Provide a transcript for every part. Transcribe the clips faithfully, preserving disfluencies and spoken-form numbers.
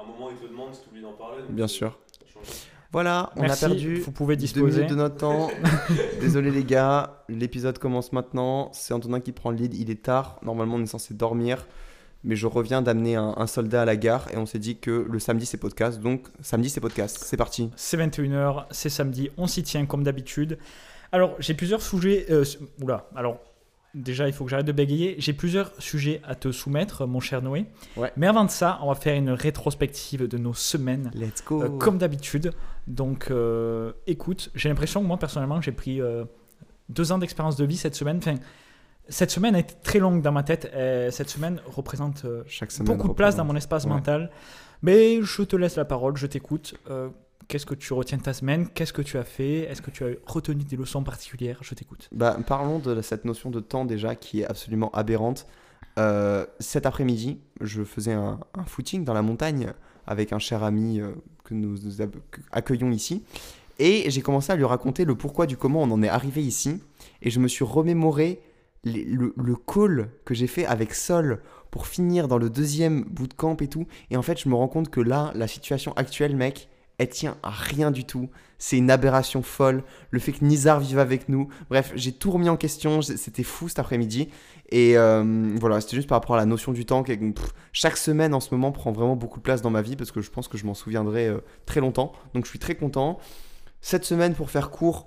moment, ils te demandent si tu oublies d'en parler. Donc Bien c'est- sûr. ça change. Voilà, on Merci, a perdu vous pouvez deux disposer. minutes de notre temps. Désolé les gars, l'épisode commence maintenant. C'est Antonin qui prend le lead, il est tard. Normalement, on est censé dormir. Mais je reviens d'amener un, un soldat à la gare et on s'est dit que le samedi, c'est podcast. Donc, samedi, c'est podcast. C'est parti. C'est vingt et une heures, c'est samedi, on s'y tient comme d'habitude. Alors, j'ai plusieurs sujets. Euh, su- oula, alors, déjà, il faut que j'arrête de bégayer. J'ai plusieurs sujets à te soumettre, mon cher Noé. Ouais. Mais avant de ça, on va faire une rétrospective de nos semaines, Let's go. euh, comme d'habitude. Donc, euh, écoute, j'ai l'impression que moi, personnellement, j'ai pris euh, deux ans d'expérience de vie cette semaine. Enfin, cette semaine a été très longue dans ma tête. Et cette semaine représente euh, Chaque semaine. beaucoup de place dans représente. mon espace Ouais. mental. Mais je te laisse la parole, je t'écoute. Euh, Qu'est-ce que tu retiens de ta semaine? Qu'est-ce que tu as fait? Est-ce que tu as retenu des leçons particulières? Je t'écoute. Bah, parlons de cette notion de temps déjà qui est absolument aberrante. Euh, cet après-midi, je faisais un, un footing dans la montagne avec un cher ami euh, que nous, nous ab- que- accueillons ici. Et j'ai commencé à lui raconter le pourquoi du comment on en est arrivé ici. Et je me suis remémoré les- le, le call que j'ai fait avec Sol pour finir dans le deuxième bootcamp et tout. Et en fait, je me rends compte que là, la situation actuelle, mec, elle tient à rien du tout. C'est une aberration folle. Le fait que Nizar vive avec nous. Bref, j'ai tout remis en question. J'ai- C'était fou cet après-midi. Et euh, voilà, c'était juste par rapport à la notion du temps. que- pff, chaque semaine en ce moment prend vraiment beaucoup de place dans ma vie parce que je pense que je m'en souviendrai euh, très longtemps. Donc je suis très content. Cette semaine, pour faire court,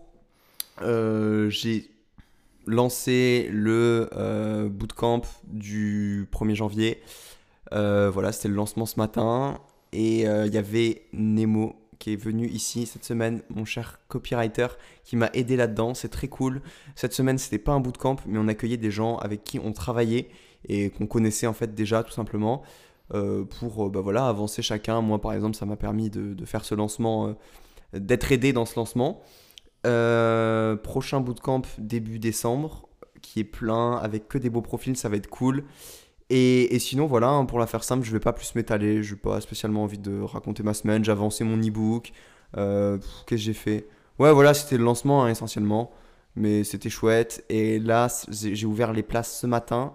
euh, j'ai lancé le euh, bootcamp du premier janvier. Euh, voilà, c'était le lancement ce matin. Et euh, il y avait Nemo qui est venu ici cette semaine, mon cher copywriter, qui m'a aidé là-dedans. C'est très cool. Cette semaine, c'était pas un bootcamp, mais on accueillait des gens avec qui on travaillait et qu'on connaissait en fait déjà, tout simplement, euh, pour euh, bah, voilà, avancer chacun. Moi, par exemple, ça m'a permis de, de faire ce lancement, euh, d'être aidé dans ce lancement. Euh, prochain bootcamp début décembre, qui est plein, avec que des beaux profils, ça va être cool. Et, et sinon, voilà, hein, pour la faire simple, je vais pas plus m'étaler. Je n'ai pas spécialement envie de raconter ma semaine. J'ai avancé mon e-book. Euh, pff, qu'est-ce que j'ai fait? Ouais, voilà, c'était le lancement hein, essentiellement. Mais c'était chouette. Et là, j'ai j'ai ouvert les places ce matin.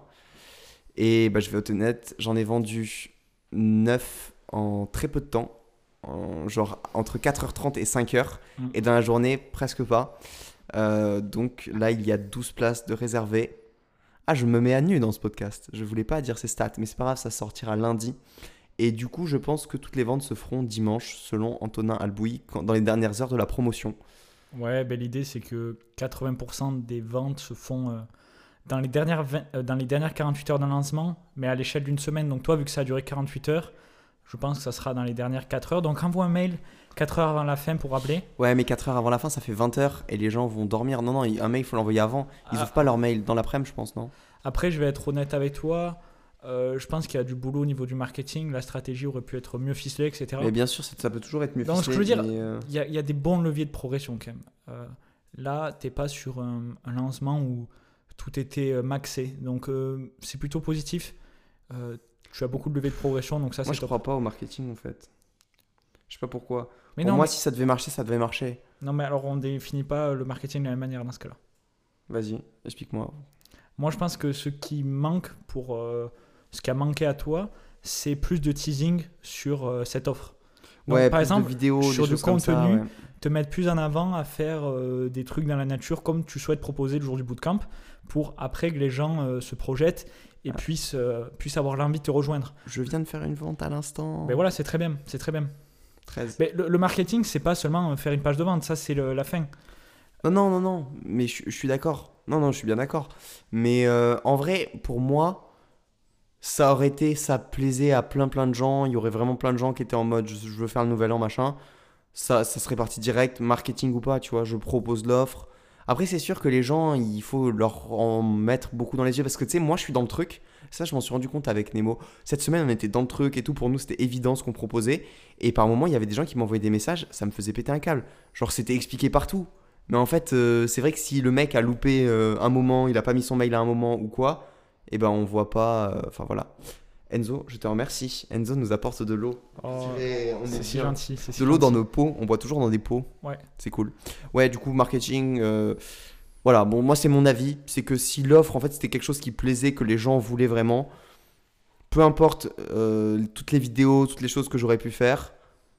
Et bah, je vais être honnête, j'en ai vendu neuf en très peu de temps. En, genre entre quatre heures trente et cinq heures. Mm. Et dans la journée, presque pas. Euh, donc là, il y a douze places de réservées. Ah, je me mets à nu dans ce podcast. Je voulais pas dire ces stats, mais c'est pas grave, ça sortira lundi. Et du coup, je pense que toutes les ventes se feront dimanche, selon Antonin Albouy, quand- dans les dernières heures de la promotion. Ouais, ben, l'idée c'est que quatre-vingts pour cent des ventes se font euh, dans, les dernières vingt euh, dans les dernières quarante-huit heures d'un lancement, mais à l'échelle d'une semaine. Donc toi, vu que ça a duré quarante-huit heures, je pense que ça sera dans les dernières quatre heures. Donc envoie un mail quatre heures avant la fin pour rappeler. Ouais, mais quatre heures avant la fin, ça fait vingt heures et les gens vont dormir. Non, non, il- un mail, il faut l'envoyer avant. Ils Ah. ouvrent pas leur mail dans l'après-midi, je pense, non? Après, je vais être honnête avec toi. Euh, je pense qu'il y a du boulot au niveau du marketing. La stratégie aurait pu être mieux ficelée, et cetera. Mais bien sûr, c'est- ça peut toujours être mieux Donc, ce que ficelé, je veux dire, mais, euh, Il y, a, il y a des bons leviers de progression quand même. Euh, là, tu n'es pas sur un, un lancement où tout était euh, maxé. Donc, euh, c'est plutôt positif. Euh, tu as beaucoup de leviers de progression, donc ça, moi, c'est je top. crois pas au marketing, en fait. Je sais pas pourquoi. Mais Pour non, moi, mais, si ça devait marcher, ça devait marcher. non, mais alors, on ne définit pas le marketing de la même manière dans ce cas-là. Vas-y, explique-moi. Moi, je pense que ce qui manque pour euh, ce qui a manqué à toi, c'est plus de teasing sur euh, cette offre. Donc, Ouais, par plus exemple, de vidéos, sur des du choses comme ça, contenu, ouais. te mettre plus en avant à faire euh, des trucs dans la nature comme tu souhaites proposer le jour du bootcamp pour après que les gens euh, se projettent et Ah. puissent, euh, puissent avoir l'envie de te rejoindre. Je viens de faire une vente à l'instant. Mais voilà, c'est très bien, c'est très bien. treize. Mais le, le marketing, c'est pas seulement faire une page de vente, ça c'est le- la fin. Non, non, non, non, mais je, je suis d'accord. Non, non, je suis bien d'accord. Mais euh, en vrai, pour moi, ça aurait été, ça plaisait à plein, plein de gens. Il y aurait vraiment plein de gens qui étaient en mode, je, je veux faire le nouvel an, machin. Ça, ça serait parti direct, marketing ou pas, tu vois. Je propose l'offre. Après, c'est sûr que les gens, il faut leur en mettre beaucoup dans les yeux. Parce que, tu sais, moi, je suis dans le truc. Ça, je m'en suis rendu compte avec Nemo. Cette semaine, on était dans le truc et tout. Pour nous, c'était évident ce qu'on proposait. Et par moments, il y avait des gens qui m'envoyaient des messages. Ça me faisait péter un câble. Genre, c'était expliqué partout. Mais en fait, euh, c'est vrai que si le mec a loupé euh, un moment, il a pas mis son mail à un moment ou quoi, eh ben on voit pas. euh, Enfin voilà. Enzo, je te remercie. Enzo nous apporte de l'eau. Oh, Je dirais, on est c'est si bien. gentil. c'est si De l'eau dans gentil. nos pots. On boit toujours dans des pots. Ouais. C'est cool. Ouais, du coup, marketing. euh, Voilà, bon, moi, c'est mon avis. C'est que si l'offre, en fait, c'était quelque chose qui plaisait, que les gens voulaient vraiment, peu importe euh, toutes les vidéos, toutes les choses que j'aurais pu faire,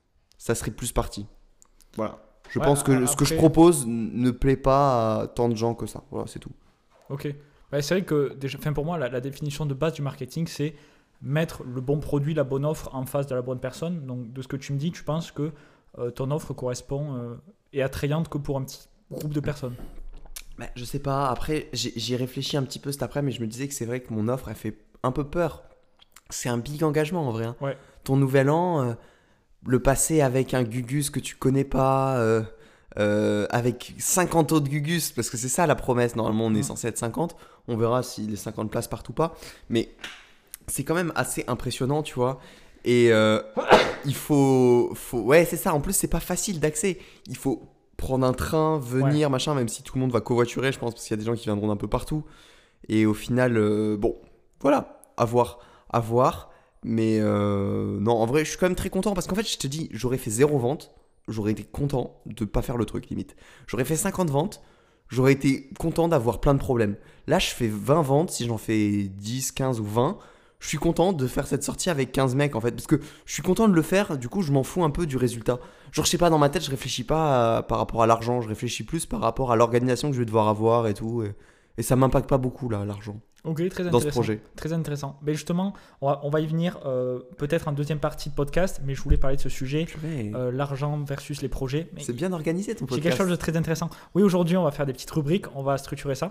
ça serait plus parti. Voilà. Je Ouais, pense que a- ce que je après- propose n- ne plaît pas à tant de gens que ça. Voilà, c'est tout. Ok. Ouais, c'est vrai que déjà, enfin, pour moi, la, la définition de base du marketing, c'est mettre le bon produit, la bonne offre en face de la bonne personne. Donc, de ce que tu me dis, tu penses que euh, ton offre correspond euh, et attrayante que pour un petit groupe de personnes. Bah, je sais pas. Après, j'ai- j'y ai réfléchi un petit peu cet après, mais je me disais que c'est vrai que mon offre, elle fait un peu peur. C'est un big engagement en vrai. hein. Ouais. Ton nouvel an, euh, le passer avec un Gugus que tu connais pas, euh, euh, avec cinquante autres Gugus, parce que c'est ça la promesse. Normalement, on est Mm. censé être cinquante. On verra si les cinquante places partent ou pas. Mais c'est quand même assez impressionnant, tu vois. Et euh, il faut, faut. Ouais, c'est ça. En plus, c'est pas facile d'accès. Il faut prendre un train, venir, machin, même si tout le monde va covoiturer, je pense, parce qu'il y a des gens qui viendront d'un peu partout. Et au final, euh, bon, voilà, à voir, à voir. Mais euh, non, en vrai, je suis quand même très content parce qu'en fait, je te dis, j'aurais fait zéro vente, j'aurais été content de pas faire le truc, limite. J'aurais fait cinquante ventes, j'aurais été content d'avoir plein de problèmes. Là, je fais vingt ventes, si j'en fais dix, quinze ou vingt, je suis content de faire cette sortie avec quinze mecs en fait, parce que je suis content de le faire, du coup, je m'en fous un peu du résultat. Genre, je sais pas, dans ma tête, je réfléchis pas à- par rapport à l'argent, je réfléchis plus par rapport à l'organisation que je vais devoir avoir et tout. Et, et ça m'impacte pas beaucoup, là, l'argent, Ok, très dans intéressant. ce projet. Très intéressant. Mais justement, on va, on va y venir euh, peut-être en deuxième partie de podcast, mais je voulais parler de ce sujet, Purée, euh, l'argent versus les projets. Mais c'est bien organisé ton c'est podcast. quelque chose de très intéressant. Oui, aujourd'hui, on va faire des petites rubriques, on va structurer ça.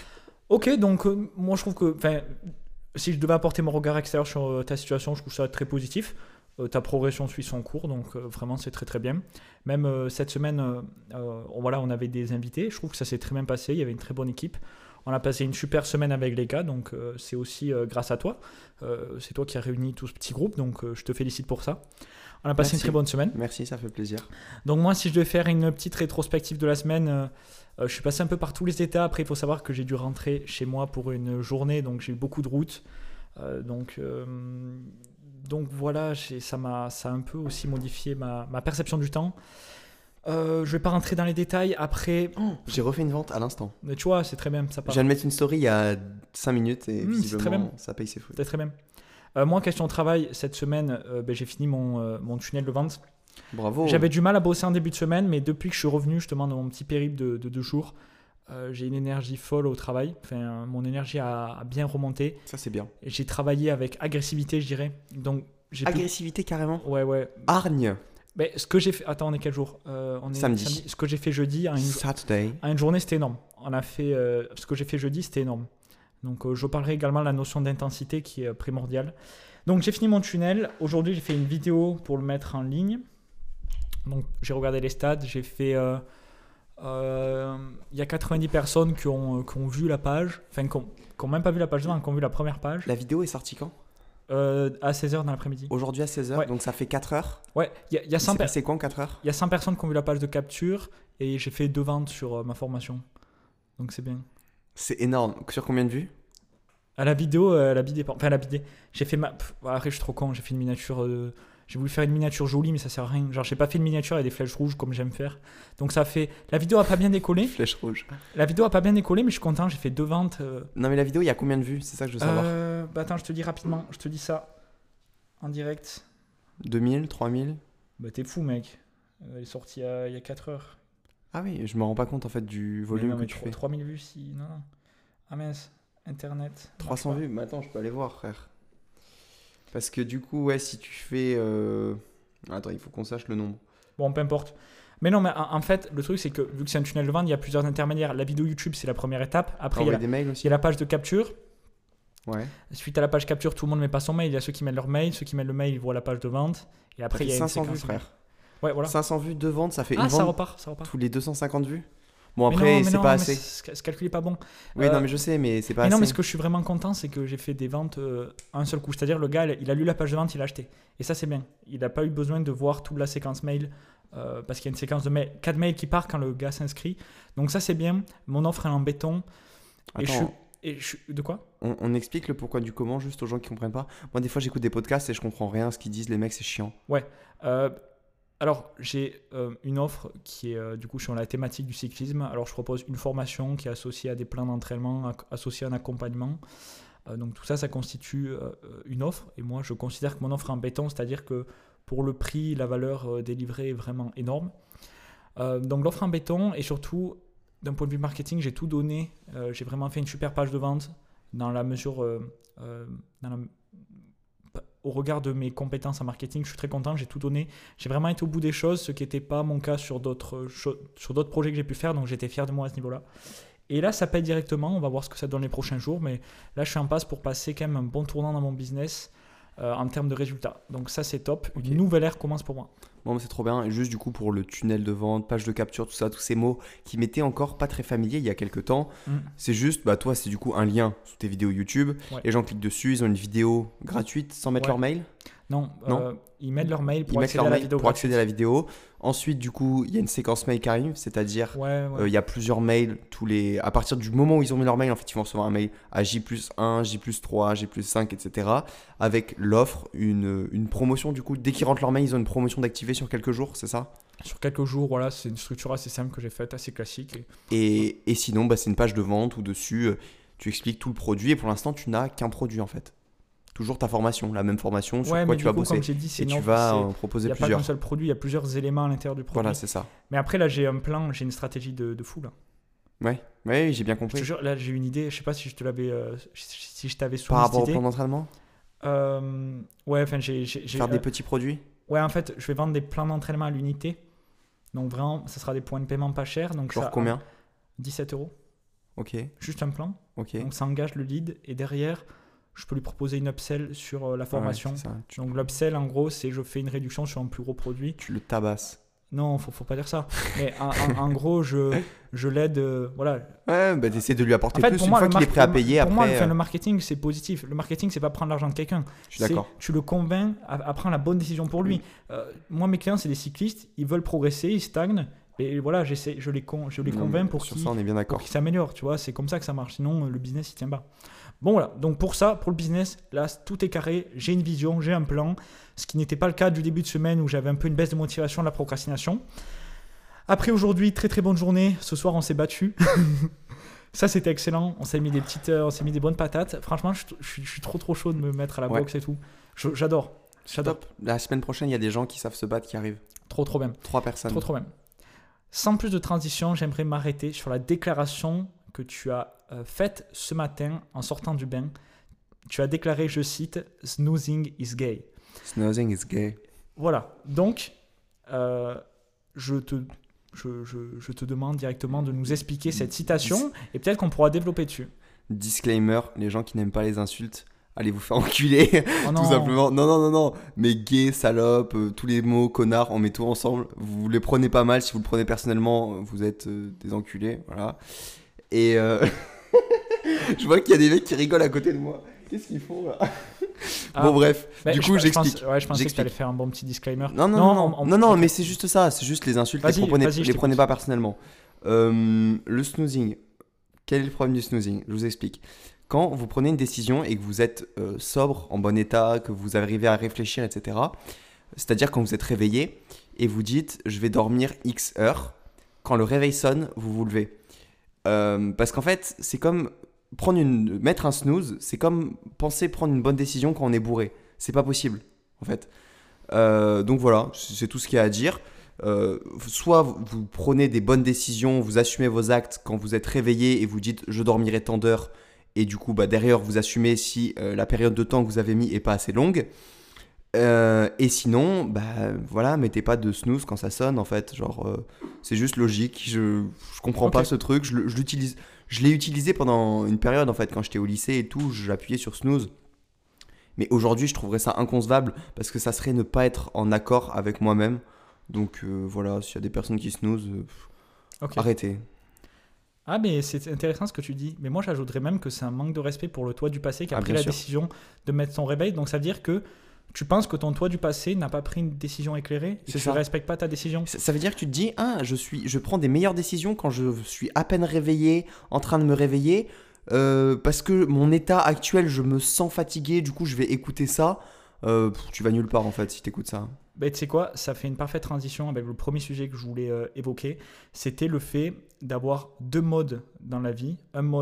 Ok, donc euh, moi je trouve que, enfin, si je devais apporter mon regard extérieur sur euh, ta situation, je trouve ça très positif. Euh, ta progression suit son cours, donc euh, vraiment c'est très très bien. Même euh, cette semaine, euh, euh, on, voilà, on avait des invités, je trouve que ça s'est très bien passé, il y avait une très bonne équipe. On a passé une super semaine avec les gars, donc euh, c'est aussi euh, grâce à toi. Euh, c'est toi qui as réuni tout ce petit groupe, donc euh, je te félicite pour ça. On a passé Merci. une très bonne semaine. Merci, ça fait plaisir. Donc moi, si je devais faire une petite rétrospective de la semaine, euh, euh, je suis passé un peu par tous les états. Après, il faut savoir que j'ai dû rentrer chez moi pour une journée, donc j'ai eu beaucoup de routes. Euh, donc, euh, donc voilà, j'ai- ça m'a ça a un peu aussi modifié ma, ma perception du temps. Euh, je vais pas rentrer dans les détails. Après, J'ai refait une vente à l'instant. mais tu vois, c'est très bien, ça Je part. viens de mettre une story il y a cinq minutes et Mmh, c'est visiblement très bien. ça paye ses fruits. C'est très bien. Euh, moi, question travail, cette semaine, euh, ben, j'ai fini mon, euh, mon tunnel de vente. Bravo. J'avais du mal à bosser en début de semaine, mais depuis que je suis revenu justement dans mon petit périple de, de deux jours, euh, j'ai une énergie folle au travail. Enfin, euh, mon énergie a, a bien remonté. Ça c'est bien. Et j'ai travaillé avec agressivité, je dirais. Donc, j'ai pu- Agressivité carrément. Ouais, ouais. Hargne. Mais ce que j'ai fait. Attends, on est quel jour Euh, on est Samedi. Ce que j'ai fait jeudi, à une, Saturday. à une journée, c'était énorme. On a fait. euh, ce que j'ai fait jeudi, c'était énorme. Donc, euh, je parlerai également de la notion d'intensité qui est euh, primordiale. Donc, j'ai fini mon tunnel. Aujourd'hui, j'ai fait une vidéo pour le mettre en ligne. Donc, j'ai regardé les stats. J'ai fait. euh, euh, Il y a quatre-vingt-dix personnes qui ont, qui ont vu la page. Enfin, qui n'ont même pas vu la page devant, qui ont vu la première page. La vidéo est sortie quand? Euh, à seize heures dans l'après-midi. Aujourd'hui à seize heures, Ouais. donc ça fait quatre heures. Ouais, il y, a- il y, a Il cent s'est per- passé quoi en quatre heures? il y a cent personnes qui ont vu la page de capture et j'ai fait deux ventes sur euh, ma formation. Donc c'est bien. C'est énorme. Sur combien de vues? À la vidéo, euh, la bidée, enfin la bidée. J'ai fait ma. Pff, après, je suis trop con, j'ai fait une miniature. euh, J'ai voulu faire une miniature jolie, mais ça sert à rien. Genre, j'ai pas fait une miniature avec des flèches rouges comme j'aime faire. Donc ça fait. La vidéo a pas bien décollé. Flèche rouge. La vidéo a pas bien décollé, mais je suis content, j'ai fait deux ventes. euh, Non mais la vidéo, il y a combien de vues? C'est ça que je veux savoir. euh, Bah attends, je te dis rapidement, je te dis ça en direct. deux mille, trois mille? Bah t'es fou, mec. Euh, Elle est sortie il y a- il y a quatre heures. Ah oui, je me rends pas compte en fait du Mais volume non, que mais tu trois- fais. trois mille vues si. Non, non. Ah mince. Internet. trois cents vues? Mais attends, je peux aller voir, frère. Parce que du coup, ouais, si tu fais... euh, Attends, il faut qu'on sache le nombre. Bon, peu importe. Mais non, mais en, en fait, le truc, c'est que vu que c'est un tunnel de vente, il y a plusieurs intermédiaires. La vidéo YouTube, c'est la première étape. Après, il y, a Envoyer la, des mails il aussi? y a la page de capture. Ouais. Suite à la page capture, tout le monde ne met pas son mail. Il y a ceux qui mettent leur mail. Ceux qui mettent le mail, ils voient la page de vente. Et après, Après, il y a cinq une cents vues, séquence. frère. Ouais, voilà. cinq cents vues, deux ventes, ça fait Ah, une ça vente repart, ça repart. tous les deux cent cinquante vues. Bon, Mais après, non, mais c'est non, pas mais assez. ce ce calcul est pas bon. Oui, Euh, non, mais je sais, mais c'est pas Mais assez. non, mais ce que je suis vraiment content, c'est que j'ai fait des ventes euh, un seul coup. C'est-à-dire, le gars, il a lu la page de vente, il a acheté. Et ça, c'est bien. Il n'a pas eu besoin de voir toute la séquence mail. euh, parce qu'il y a une séquence de mail, quatre mails qui part quand le gars s'inscrit. Donc ça, c'est bien. Mon offre est en béton. Et je suis, Attends, et je suis- De quoi? on, on explique le pourquoi du comment juste aux gens qui comprennent pas. Moi, des fois, j'écoute des podcasts et je comprends rien à ce qu'ils disent. Les mecs, c'est chiant. Euh, alors, j'ai euh, une offre qui est euh, du coup sur la thématique du cyclisme. Alors, je propose une formation qui est associée à des plans d'entraînement, ac- associée à un accompagnement. Euh, donc tout ça, ça constitue euh, une offre. Et moi, je considère que mon offre est en béton, c'est-à-dire que pour le prix, la valeur euh, délivrée est vraiment énorme. Euh, donc l'offre en béton, et surtout, d'un point de vue marketing, j'ai tout donné. Euh, j'ai vraiment fait une super page de vente dans la mesure... Euh, euh, dans la, au regard de mes compétences en marketing, je suis très content, j'ai tout donné. J'ai vraiment été au bout des choses, ce qui n'était pas mon cas sur d'autres, sur d'autres projets que j'ai pu faire, donc j'étais fier de moi à ce niveau-là. Et là, ça paye directement, on va voir ce que ça donne les prochains jours, mais là, je suis en passe pour passer quand même un bon tournant dans mon business euh, en termes de résultats. Donc ça, c'est top. Okay. Une nouvelle ère commence pour moi. Bon, c'est trop bien. Et juste du coup, pour le tunnel de vente, page de capture, tout ça, tous ces mots qui m'étaient encore pas très familiers il y a quelques temps, mm. c'est juste, bah toi, c'est du coup un lien sous tes vidéos YouTube. Ouais. Les gens cliquent dessus, ils ont une vidéo gratuite sans mettre ouais. leur mail. Non, non euh, ils mettent leur mail pour ils accéder à la vidéo. Pour accéder à la vidéo. Ensuite, du coup, il y a une séquence mail qui arrive, c'est-à-dire il ouais, ouais. euh, y a plusieurs mails. Tous les... À partir du moment où ils ont mis leur mail, en fait, ils vont recevoir un mail à J plus un, J plus trois, J plus cinq, et cetera. Avec l'offre, une, une promotion, du coup. Dès qu'ils rentrent leur mail, ils ont une promotion d'activer sur quelques jours, c'est ça ? Sur quelques jours, voilà, c'est une structure assez simple que j'ai faite, assez classique. Et, et, et sinon, bah, c'est une page de vente où dessus, euh, tu expliques tout le produit. Et pour l'instant, tu n'as qu'un produit, en fait. Toujours ta formation, la même formation sur ouais, quoi mais tu vas coup, bosser. Comme j'ai dit, c'est et non, tu vas en proposer y a plusieurs. Il n'y a pas qu'un seul produit, il y a plusieurs éléments à l'intérieur du produit. Voilà, c'est ça. Mais après, là, j'ai un plan, j'ai une stratégie de, de fou, là. Ouais, ouais, j'ai bien compris. Je te jure, là, j'ai une idée, je ne sais pas si je te l'avais, euh, si je t'avais soumis. Par rapport au plan d'entraînement euh, Ouais, enfin, j'ai... j'ai Faire euh, des petits produits. Ouais, en fait, je vais vendre des plans d'entraînement à l'unité. Donc vraiment, ça sera des points de paiement pas chers. Donc Genre ça, combien euh, dix-sept euros. Ok. Juste un plan. Ok. Donc ça engage le lead et derrière, je peux lui proposer une upsell sur euh, la formation. Ah ouais, tu... Donc l'upsell, en gros, c'est je fais une réduction sur un plus gros produit. Tu le tabasses. Non, faut, faut pas dire ça. Mais en, en, en gros, je, je l'aide. Euh, voilà. Ouais, bah t'essaies de lui apporter en fait, plus pour une moi, fois qu'il est prêt à payer. Pour après, moi, euh... enfin, le marketing, c'est positif. Le marketing, c'est pas prendre l'argent de quelqu'un. Je suis d'accord. Tu le convaincs à, à prendre la bonne décision pour lui. Oui. Euh, moi, mes clients, c'est des cyclistes. Ils veulent progresser, ils stagnent. Et voilà, j'essaie, je les, con, je les non, convainc pour qu'ils, qu'ils s'améliorent. Tu vois, c'est comme ça que ça marche. Sinon, le business, il tient pas. Bon, voilà. Donc, pour ça, pour le business, là, tout est carré. J'ai une vision, j'ai un plan. Ce qui n'était pas le cas du début de semaine où j'avais un peu une baisse de motivation, de la procrastination. Après, aujourd'hui, très très bonne journée. Ce soir, on s'est battu. Ça, c'était excellent. On s'est mis des petites, euh, on s'est mis des bonnes patates. Franchement, je, je, je suis trop trop chaud de me mettre à la ouais. boxe et tout. Je, j'adore. J'adore. Top. La semaine prochaine, il y a des gens qui savent se battre qui arrivent. Trop trop bien. Trois personnes. Trop trop bien. Sans plus de transition, j'aimerais m'arrêter sur la déclaration que tu as euh, faite ce matin en sortant du bain. Tu as déclaré, je cite, « Snoozing is gay ». Snoozing is gay. Voilà. Donc, euh, je, te, je, je, je te demande directement de nous expliquer cette citation et peut-être qu'on pourra développer dessus. Disclaimer, les gens qui n'aiment pas les insultes, allez vous faire enculer, oh tout simplement. Non, non, non, non. Mais gay, salope, euh, tous les mots, connard, on met tout ensemble. Vous les prenez pas mal. Si vous le prenez personnellement, vous êtes euh, des enculés. Voilà. Et euh... je vois qu'il y a des mecs qui rigolent à côté de moi. Qu'est-ce qu'ils font là? Ah, bon, bref. Bah, du coup, je, j'explique. Je pense, ouais, je pensais j'explique. que tu allais faire un bon petit disclaimer. Non, non, non, non, on, non, non okay. mais c'est juste ça. C'est juste les insultes. Vas-y, les prenez, vas-y, les prenez pas personnellement. Euh, le snoozing. Quel est le problème du snoozing? Je vous explique. Quand vous prenez une décision et que vous êtes euh, sobre, en bon état, que vous arrivez à réfléchir, et cetera, c'est-à-dire quand vous êtes réveillé et vous dites « je vais dormir X heures », quand le réveil sonne, vous vous levez. Euh, parce qu'en fait, c'est comme prendre une, mettre un snooze, c'est comme penser prendre une bonne décision quand on est bourré. C'est pas possible, en fait. Euh, donc voilà, c'est tout ce qu'il y a à dire. Euh, soit vous prenez des bonnes décisions, vous assumez vos actes quand vous êtes réveillé et vous dites « je dormirai tant d'heures », et du coup, bah, derrière, vous assumez si euh, la période de temps que vous avez mis n'est pas assez longue. Euh, et sinon, bah, voilà, mettez pas de snooze quand ça sonne, en fait. Genre, euh, c'est juste logique. Je, je comprends okay. pas ce truc. Je, je, l'utilise, je l'ai utilisé pendant une période, en fait, quand j'étais au lycée et tout. J'appuyais sur snooze. Mais aujourd'hui, je trouverais ça inconcevable parce que ça serait ne pas être en accord avec moi-même. Donc, euh, voilà, s'il y a des personnes qui snooze, euh, okay. arrêtez. Ah, mais c'est intéressant ce que tu dis. Mais moi, j'ajouterais même que c'est un manque de respect pour le toi du passé qui a ah, pris la sûr. décision de mettre son réveil. Donc, ça veut dire que tu penses que ton toi du passé n'a pas pris une décision éclairée et que tu ne respectes pas ta décision. Ça, ça veut dire que tu te dis, ah, je, suis, je prends des meilleures décisions quand je suis à peine réveillé, en train de me réveiller, euh, parce que mon état actuel, je me sens fatigué, du coup, je vais écouter ça. Euh, tu vas nulle part, en fait, si tu écoutes ça. Ben, tu sais quoi, ça fait une parfaite transition avec le premier sujet que je voulais euh, évoquer. C'était le fait d'avoir deux modes dans la vie. Un mode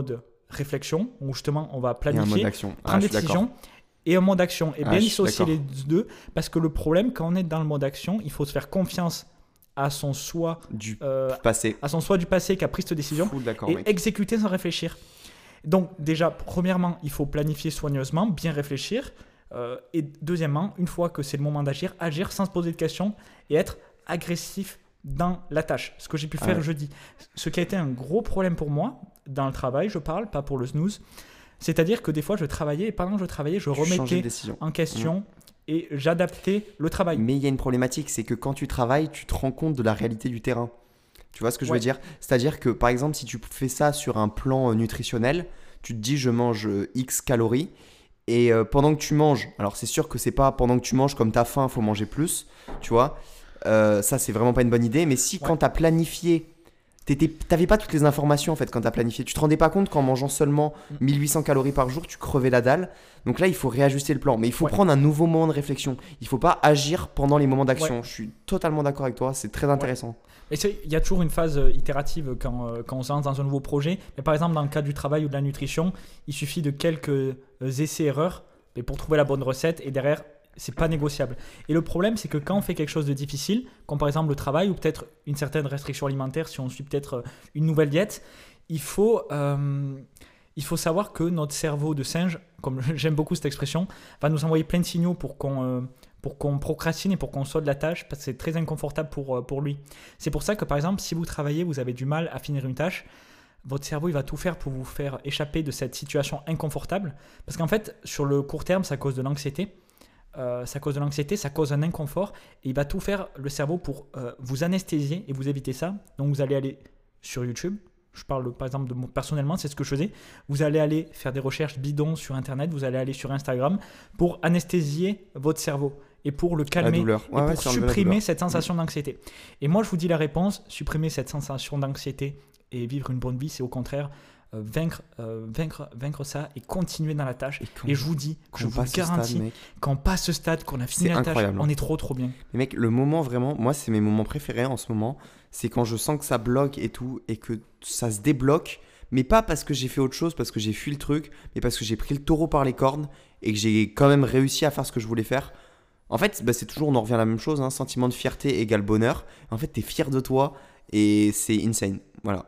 réflexion, où justement on va Et un planifier, mode d'action. Ah, prendre je des suis d'accord. décisions, et un mode d'action. Et Ah, bien je suis dissocier les d'accord. deux, parce que le problème, quand on est dans le mode action, il faut se faire confiance à son soi, Du euh, passé. à son soi du passé qui a pris cette décision, Full d'accord, et mec. exécuter sans réfléchir. Donc déjà, premièrement, il faut planifier soigneusement, bien réfléchir. Euh, et deuxièmement, une fois que c'est le moment d'agir, agir sans se poser de questions et être agressif dans la tâche. Ce que j'ai pu Ah faire ouais. jeudi. Ce qui a été un gros problème pour moi, dans le travail, je parle, pas pour le snooze. C'est-à-dire que des fois, je travaillais et pendant que je travaillais, je Tu changeais de remettais décision. en question et j'adaptais le travail. Mais il y a une problématique, c'est que quand tu travailles, tu te rends compte de la réalité du terrain. Tu vois ce que je Ouais. veux dire? C'est-à-dire que, par exemple, si tu fais ça sur un plan euh, nutritionnel, tu te dis je mange euh, X calories et euh, pendant que tu manges, alors c'est sûr que c'est pas pendant que tu manges comme tu as faim, il faut manger plus, tu vois. Euh, ça, c'est vraiment pas une bonne idée. Mais si Ouais. quand tu as planifié, t'étais- t'avais pas toutes les informations en fait quand tu as planifié, tu te rendais pas compte qu'en mangeant seulement Mm. mille huit cents calories par jour, tu crevais la dalle. Donc là, il faut réajuster le plan. Mais il faut Ouais. prendre un nouveau moment de réflexion. Il faut pas agir pendant les moments d'action. Je suis totalement d'accord avec toi, c'est très intéressant. Et c'est- il y a toujours une phase euh, itérative quand, euh, quand on se lance dans un nouveau projet. Mais par exemple, dans le cas du travail ou de la nutrition, il suffit de quelques euh, essais-erreurs mais pour trouver la bonne recette et derrière, c'est pas négociable. Et le problème, c'est que quand on fait quelque chose de difficile, comme par exemple le travail ou peut-être une certaine restriction alimentaire, si on suit peut-être euh, une nouvelle diète, il faut, euh, il faut savoir que notre cerveau de singe, comme j'aime beaucoup cette expression, va nous envoyer plein de signaux pour qu'on euh, pour qu'on procrastine et pour qu'on saute la tâche parce que c'est très inconfortable pour, euh, pour lui. C'est pour ça que par exemple, si vous travaillez, vous avez du mal à finir une tâche, votre cerveau il va tout faire pour vous faire échapper de cette situation inconfortable. Parce qu'en fait, sur le court terme, ça cause de l'anxiété. Euh, ça cause de l'anxiété, ça cause un inconfort. Et il va tout faire, le cerveau, pour euh, vous anesthésier et vous éviter ça. Donc vous allez aller sur YouTube. Je parle par exemple de moi personnellement, c'est ce que je faisais. Vous allez aller faire des recherches bidons sur Internet, vous allez aller sur Instagram pour anesthésier votre cerveau et pour le La calmer douleur. et Ouais, ouais, pour c'est enlever la supprimer douleur. cette sensation d'anxiété. Et moi, je vous dis la réponse, supprimer cette sensation d'anxiété et vivre une bonne vie, c'est au contraire euh, vaincre, euh, vaincre, vaincre ça et continuer dans la tâche. Et quand, Et je vous dis, quand je on vous passe ce garantis, stade, mec. quand on passe ce stade, qu'on a fini C'est la tâche, incroyable, hein. on est trop trop bien. Mais mec, le moment vraiment, moi, c'est mes moments préférés en ce moment. C'est quand je sens que ça bloque et tout, et que ça se débloque. Mais pas parce que j'ai fait autre chose, parce que j'ai fui le truc, mais parce que j'ai pris le taureau par les cornes et que j'ai quand même réussi à faire ce que je voulais faire. En fait, bah, c'est toujours, on en revient à la même chose, hein, sentiment de fierté égale bonheur. En fait, t'es fier de toi et c'est insane. Voilà.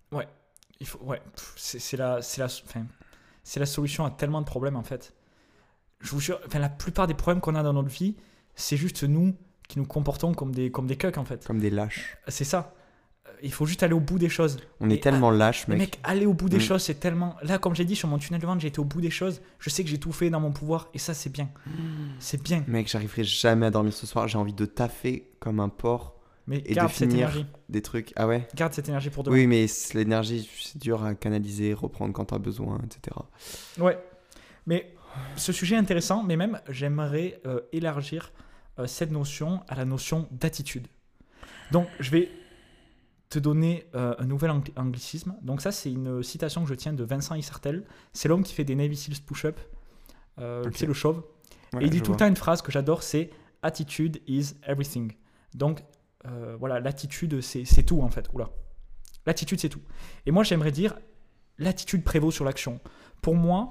Il faut, ouais, pff, c'est c'est la, c'est la, enfin, c'est la solution à tellement de problèmes en fait. Je vous jure, enfin, la plupart des problèmes qu'on a dans notre vie, c'est juste nous qui nous comportons comme des, comme des cucks en fait. Comme des lâches. C'est ça. Euh, Il faut juste aller au bout des choses. On est Et, tellement lâches, Mais mec. mec, aller au bout des Mm. choses, c'est tellement. Là, comme j'ai dit, sur mon tunnel de vente, j'ai été au bout des choses. Je sais que j'ai tout fait dans mon pouvoir et ça, c'est bien. C'est bien. Mec, j'arriverai jamais à dormir ce soir. J'ai envie de taffer comme un porc Mais et garde de cette finir énergie. des trucs. Ah ouais? Garde cette énergie pour demain. Oui, mais c'est- l'énergie, c'est dur à canaliser, reprendre quand t'as besoin, et cetera. Ouais. Mais ce sujet est intéressant, mais même j'aimerais euh, élargir euh, cette notion à la notion d'attitude. Donc je vais te donner euh, un nouvel angli- anglicisme. Donc ça c'est une citation que je tiens de Vincent Isartel. C'est l'homme qui fait des Navy Seals push-up. Euh, Ok. C'est le chauve. Ouais, Et il dit je tout le vois. temps une phrase que j'adore, c'est « Attitude is everything ». Donc euh, voilà, l'attitude c'est c'est tout en fait. Oula. L'attitude c'est tout. Et moi j'aimerais dire l'attitude prévaut sur l'action. Pour moi,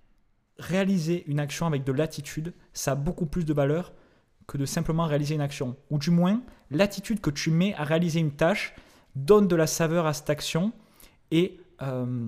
réaliser une action avec de l'attitude, ça a beaucoup plus de valeur que de simplement réaliser une action. Ou du moins, l'attitude que tu mets à réaliser une tâche donne de la saveur à cette action et, euh,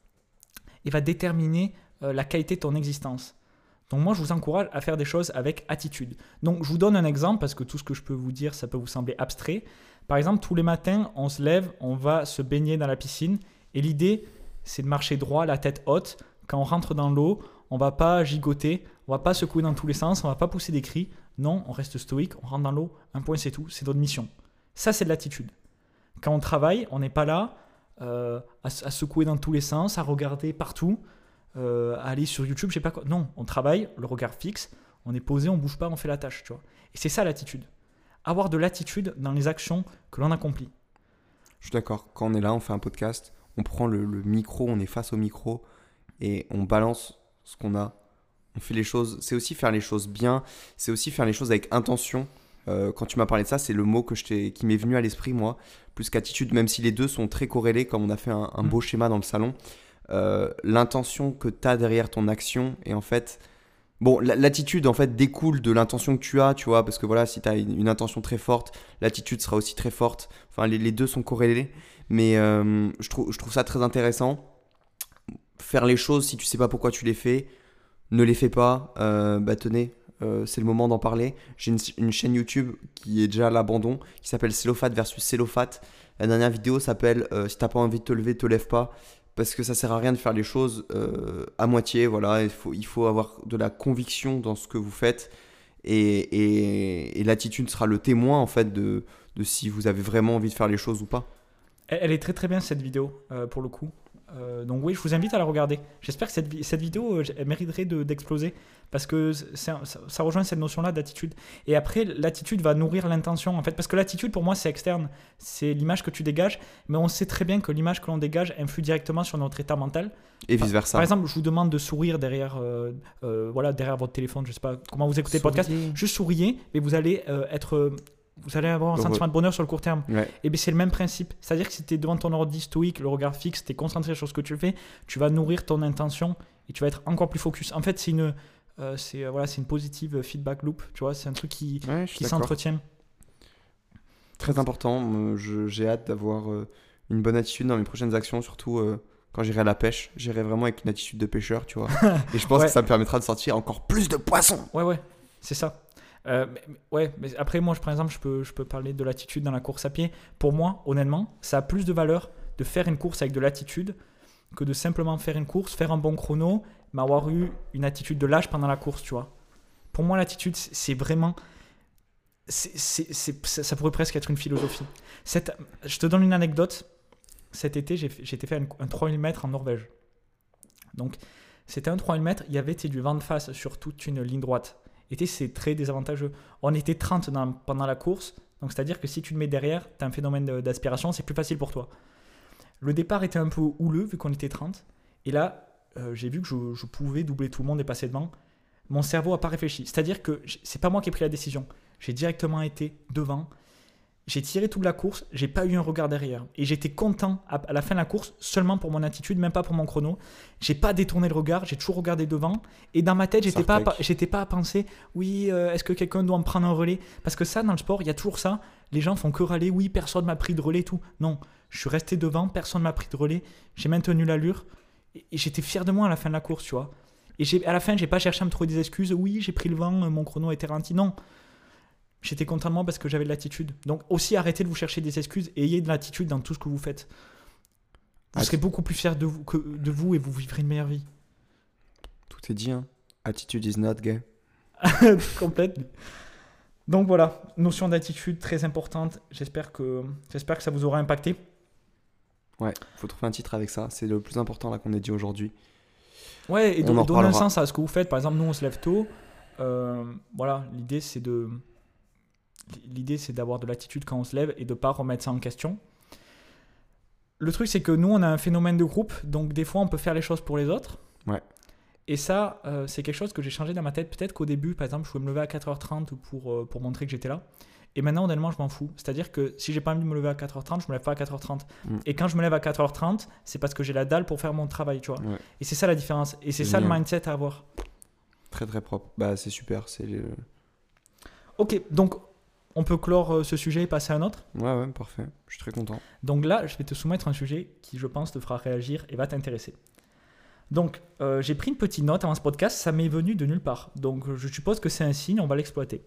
et va déterminer euh, la qualité de ton existence. Donc moi, je vous encourage à faire des choses avec attitude. Donc je vous donne un exemple parce que tout ce que je peux vous dire, ça peut vous sembler abstrait. Par exemple, tous les matins, on se lève, on va se baigner dans la piscine et l'idée, c'est de marcher droit, la tête haute. Quand on rentre dans l'eau, on va pas gigoter, on va pas secouer dans tous les sens, on va pas pousser des cris. Non, on reste stoïque, on rentre dans l'eau, un point c'est tout, c'est notre mission. Ça, c'est de l'attitude. Quand on travaille, on n'est pas là euh, à, à secouer dans tous les sens, à regarder partout, euh, à aller sur YouTube, je sais pas quoi. Non, on travaille, le regard fixe, on est posé, on bouge pas, on fait la tâche, tu vois. Et c'est ça l'attitude. Avoir de l'attitude dans les actions que l'on accomplit. Je suis d'accord. Quand on est là, on fait un podcast, on prend le, le micro, on est face au micro et on balance ce qu'on a. On fait les choses. C'est aussi faire les choses bien. C'est aussi faire les choses avec intention. Euh, quand tu m'as parlé de ça, c'est le mot que je t'ai, qui m'est venu à l'esprit, moi, plus qu'attitude, même si les deux sont très corrélés, comme on a fait un, un beau schéma dans le salon. euh, l'intention que tu as derrière ton action. Et en fait, bon, la- l'attitude en fait découle de l'intention que tu as, tu vois, parce que voilà, si tu as une, une intention très forte, l'attitude sera aussi très forte. Enfin, les, les deux sont corrélés. Mais euh, je trouve, je trouve ça très intéressant. Faire les choses, si tu sais pas pourquoi tu les fais, ne les fais pas. Euh, bah tenez, euh, c'est le moment d'en parler. J'ai une, une chaîne YouTube qui est déjà à l'abandon, qui s'appelle Cellophat versus Cellophat. La dernière vidéo s'appelle euh, Si t'as pas envie de te lever, te lève pas. Parce que ça sert à rien de faire les choses euh, à moitié. Voilà, il faut, il faut avoir de la conviction dans ce que vous faites. Et, et, et l'attitude sera le témoin en fait de, de si vous avez vraiment envie de faire les choses ou pas. Elle, elle est très très bien cette vidéo euh, pour le coup. Euh, donc oui, je vous invite à la regarder. J'espère que cette, vi- cette vidéo, euh, elle mériterait de- d'exploser parce que c'est un- ça, ça rejoint cette notion-là d'attitude. Et après, l'attitude va nourrir l'intention en fait, parce que l'attitude pour moi c'est externe, c'est l'image que tu dégages, mais on sait très bien que l'image que l'on dégage influe directement sur notre état mental. Et Par, vice versa. par exemple, je vous demande de sourire derrière, euh, euh, voilà, derrière votre téléphone. Je sais pas comment vous écoutez le podcast. Juste souriez, mais vous allez euh, être, euh, vous allez avoir un Heureux. sentiment de bonheur sur le court terme. Ouais. Et bien c'est le même principe. C'est-à-dire que si tu es devant ton ordi stoïque, le regard fixe, tu es concentré sur ce que tu fais, tu vas nourrir ton intention et tu vas être encore plus focus. En fait, c'est une, euh, c'est, euh, voilà, c'est une positive feedback loop. Tu vois, c'est un truc qui, Ouais, je suis qui d'accord. s'entretient. Très important. Euh, je- J'ai hâte d'avoir euh, une bonne attitude dans mes prochaines actions, surtout euh, quand j'irai à la pêche. J'irai vraiment avec une attitude de pêcheur, tu vois. Et je pense Ouais. que ça me permettra de sortir encore plus de poissons. Ouais, ouais, c'est ça. Euh, mais- mais- ouais, mais après, moi, je- par exemple, je peux, je peux parler de l'attitude dans la course à pied. Pour moi, honnêtement, ça a plus de valeur de faire une course avec de l'attitude que de simplement faire une course, faire un bon chrono, mais avoir eu une attitude de lâche pendant la course, tu vois. Pour moi, l'attitude, c'est c'est vraiment... c'est- c'est- c'est- ça ça pourrait presque être une philosophie. Cette- je te donne une anecdote. Cet été, j'ai fait- j'ai été faire un, un trois mille mètres en Norvège. Donc, c'était un trois mille mètres, il y avait tu sais, du vent de face sur toute une ligne droite. Et tu sais, c'est très désavantageux. On était trente dans- pendant la course, donc c'est-à-dire que si tu te mets derrière, tu as un phénomène de- d'aspiration, c'est plus facile pour toi. Le départ était un peu houleux vu qu'on était trente. Et là, euh, j'ai vu que je, je pouvais doubler tout le monde et passer devant. Mon cerveau n'a pas réfléchi. C'est-à-dire que j- c'est pas moi qui ai pris la décision. J'ai directement été devant. J'ai tiré toute la course, j'ai pas eu un regard derrière. Et j'étais content à, à la fin de la course seulement pour mon attitude, même pas pour mon chrono. J'ai pas détourné le regard, j'ai toujours regardé devant. Et dans ma tête, j'étais pas, à pa- Sartec. j'étais pas à penser, oui, euh, est-ce que quelqu'un doit me prendre un relais? Parce que ça, dans le sport, il y a toujours ça. Les gens font que râler, oui, personne m'a pris de relais, tout. Non, je suis resté devant, personne m'a pris de relais. J'ai maintenu l'allure. Et, et j'étais fier de moi à la fin de la course, tu vois. Et j'ai, à la fin, j'ai pas cherché à me trouver des excuses. Oui, j'ai pris le vent, euh, mon chrono était ralenti. Non. J'étais content de moi parce que j'avais de l'attitude. Donc aussi, arrêtez de vous chercher des excuses et ayez de l'attitude dans tout ce que vous faites. Vous Ah, serez beaucoup plus fier de vous, que de vous et vous vivrez une meilleure vie. Tout est dit, hein. Attitude is not gay. Complète. Donc voilà, notion d'attitude très importante. J'espère que, j'espère que ça vous aura impacté. Ouais, faut trouver un titre avec ça. C'est le plus important là qu'on ait dit aujourd'hui. Ouais, et On don- en donner un reparlera. sens à ce que vous faites. Par exemple, nous, on se lève tôt. Euh, voilà, l'idée, c'est de... L'idée, c'est d'avoir de l'attitude quand on se lève et de ne pas remettre ça en question. Le truc, c'est que nous, on a un phénomène de groupe. Donc, des fois, on peut faire les choses pour les autres. Ouais. Et ça, euh, c'est quelque chose que j'ai changé dans ma tête. Peut-être qu'au début, par exemple, je pouvais me lever à quatre heures trente pour, euh, pour montrer que j'étais là. Et maintenant, honnêtement, je m'en fous. C'est-à-dire que si j'ai pas envie de me lever à quatre heures trente, je me lève pas à quatre heures trente. Mm. Et quand je me lève à quatre heures trente, c'est parce que j'ai la dalle pour faire mon travail, tu vois. Ouais. Et c'est ça la différence. Et c'est ça le Génial. mindset à avoir. Très très propre. Bah c'est super. C'est le... Ok, donc on peut clore euh, ce sujet et passer à un autre. Ouais ouais parfait. Je suis très content. Donc là, je vais te soumettre un sujet qui, je pense, te fera réagir et va t'intéresser. Donc, euh, j'ai pris une petite note avant ce podcast, ça m'est venu de nulle part. Donc, je suppose que c'est un signe, on va l'exploiter.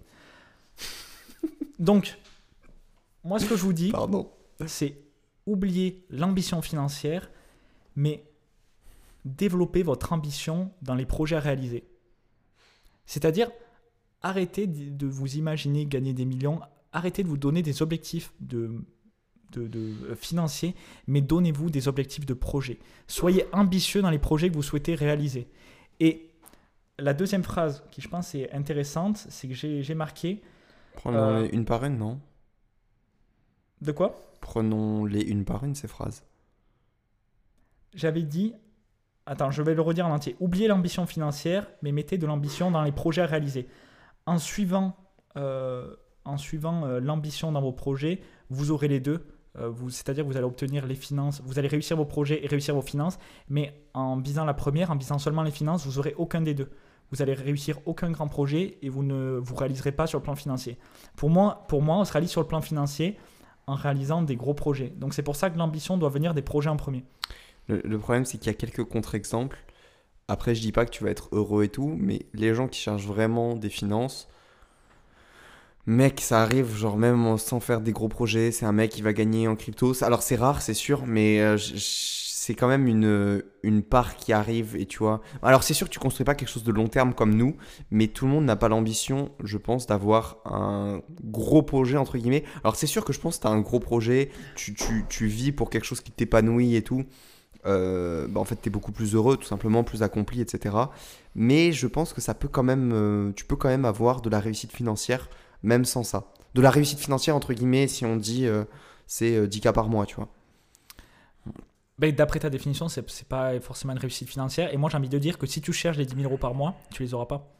Donc, moi, ce que je vous dis, Pardon. c'est oublier l'ambition financière, mais développer votre ambition dans les projets à réaliser. C'est-à-dire, arrêtez de de vous imaginer gagner des millions, arrêtez de vous donner des objectifs de, de, de, euh, financiers, mais donnez-vous des objectifs de projet. Soyez ambitieux dans les projets que vous souhaitez réaliser. Et la deuxième phrase qui, je pense, est intéressante, c'est que j'ai j'ai marqué... Prenons-les Euh, une par une, non? De quoi ? Prenons-les une par une, ces phrases. J'avais dit... Attends, je vais le redire en entier. Oubliez l'ambition financière, mais mettez de l'ambition dans les projets à réaliser. En suivant, euh, en suivant euh, l'ambition dans vos projets, vous aurez les deux. euh, vous, c'est-à-dire que vous allez obtenir les finances, vous allez réussir vos projets et réussir vos finances, mais en visant la première, en visant seulement les finances, vous n'aurez aucun des deux. Vous allez réussir aucun grand projet et vous ne vous réaliserez pas sur le plan financier. Pour moi, pour moi, on se réalise sur le plan financier en réalisant des gros projets. Donc c'est pour ça que l'ambition doit venir des projets en premier. Le, le problème, c'est qu'il y a quelques contre-exemples. Après, je dis pas que tu vas être heureux et tout, mais les gens qui cherchent vraiment des finances, mec, ça arrive, genre même sans faire des gros projets, c'est un mec qui va gagner en crypto. Alors c'est rare, c'est sûr, mais euh, je- je- c'est quand même une, une part qui arrive et tu vois. Alors c'est sûr que tu construis pas quelque chose de long terme comme nous, mais tout le monde n'a pas l'ambition, je pense, d'avoir un gros projet entre guillemets. Alors c'est sûr que je pense que tu as un gros projet, tu, tu, tu vis pour quelque chose qui t'épanouit et tout. Euh, bah en fait, tu es beaucoup plus heureux, tout simplement, plus accompli, et cetera. Mais je pense que ça peut quand même, euh, tu peux quand même avoir de la réussite financière, même sans ça. De la réussite financière, entre guillemets, si on dit euh, c'est euh, dix K par mois, tu vois. Ben, d'après ta définition, c'est, c'est pas forcément une réussite financière. Et moi, j'ai envie de dire que si tu cherches les dix mille euros par mois, tu les auras pas.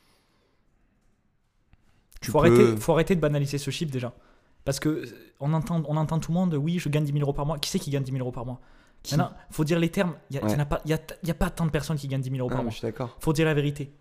Tu faut, peux... arrêter, faut arrêter de banaliser ce chiffre déjà. Parce que on entend, on entend tout le monde, oui, je gagne dix mille euros par mois. Qui c'est qui gagne dix mille euros par mois? Qui Maintenant, faut dire les termes. Il n'y a, Ouais. a, pas- y a, y a pas tant de personnes qui gagnent dix mille euros Ah, par mais mois. je suis d'accord. Faut dire la vérité.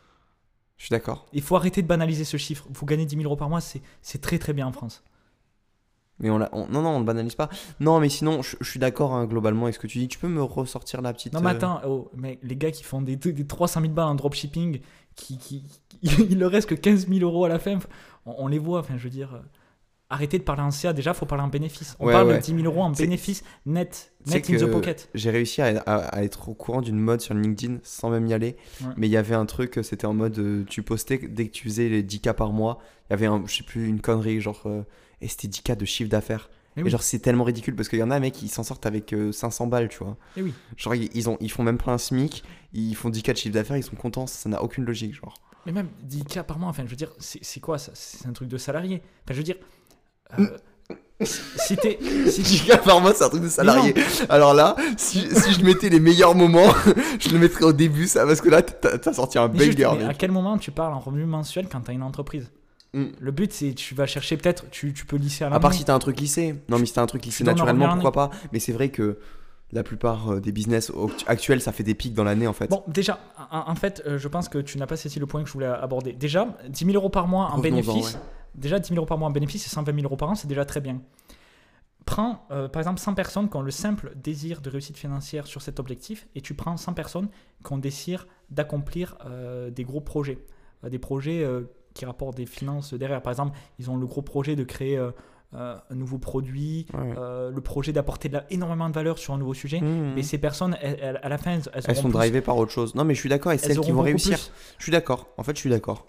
Je suis d'accord. Il faut arrêter de banaliser ce chiffre. Vous gagnez dix mille euros par mois, c'est, c'est très très bien en France. Mais on l'a... on- non, non, on ne banalise pas. Non, mais sinon, je, je suis d'accord hein, globalement avec ce que tu dis. Tu peux me ressortir la petite... Non, mais euh, attends, oh, mais les gars qui font des, des trois cent mille balles en dropshipping, qui, qui, qui- il leur reste que quinze mille euros à la fin, on, on les voit, enfin, je veux dire. euh, Arrêtez de parler en C A, déjà, il faut parler en bénéfice. On Ouais, parle ouais. de dix mille euros en C'est- bénéfice net, Tu sais net in que the pocket. J'ai réussi à, à- à être au courant d'une mode sur LinkedIn sans même y aller. Ouais. Mais il y avait un truc, c'était en mode, euh, tu postais dès que tu faisais les dix K par mois. Il y avait, un, je sais plus, une connerie, genre, euh, et c'était dix K de chiffre d'affaires. Eh Et oui. genre, c'est tellement ridicule parce qu'il y en a, mec, ils s'en sortent avec euh, cinq cents balles, tu vois. Eh oui. Genre, ils, ils ont, ils font même pas un SMIC, ils font dix K de chiffre d'affaires, ils sont contents, ça n'a aucune logique, genre. Mais même dix K par mois, enfin, je veux dire, c'est, c'est quoi ça? C'est un truc de salarié. Enfin, je veux dire. euh, si si t'es. Si dix K par mois, c'est un truc de salarié. Alors là, si, si je mettais les meilleurs moments, je le mettrais au début, ça, parce que là, t'as t'as sorti un Mais juste, banger, mais à mec. quel moment tu parles en revenu mensuel quand tu as une entreprise? Mm. Le but, c'est tu vas chercher peut-être, tu, tu peux lisser à À l'année. part si t'as un truc lissé. Non, mais si t'as un truc lissé Tu donnes un naturellement, revenu pourquoi pas. Mais c'est vrai que la plupart euh, des business au- actuels, ça fait des pics dans l'année, en fait. Bon, déjà, en, en fait, euh, je pense que tu n'as pas saisi le point que je voulais aborder. Déjà, dix mille euros par mois en Revenons-en, bénéfice. ouais. Déjà, dix mille euros par mois en bénéfice et cent vingt mille euros par an, c'est déjà très bien. Prends, euh, par exemple, cent personnes qui ont le simple désir de réussite financière sur cet objectif et tu prends cent personnes qui ont le désir d'accomplir euh, des gros projets. Euh, des projets euh, qui rapportent des finances derrière. Par exemple, ils ont le gros projet de créer euh, euh, un nouveau produit, Ouais. euh, le projet d'apporter de la- énormément de valeur sur un nouveau sujet. Mmh. Mais ces personnes, elles- elles- à la fin, elles, elles Elles auront sont plus- drivées par autre chose. Non, mais je suis d'accord, et elles celles qui auront vont beaucoup réussir. plus. Je suis d'accord. En fait, je suis d'accord.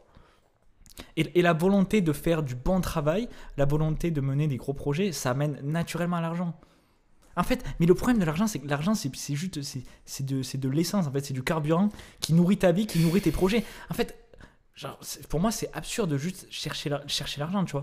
Et, et la volonté de faire du bon travail, la volonté de mener des gros projets, ça amène naturellement à l'argent. En fait, mais le problème de l'argent, c'est que l'argent, c'est c'est juste, c'est c'est de, c'est de l'essence, en fait, c'est du carburant qui nourrit ta vie, qui nourrit tes projets. En fait, genre, c'est- pour moi, c'est absurde de juste chercher la- chercher l'argent, tu vois.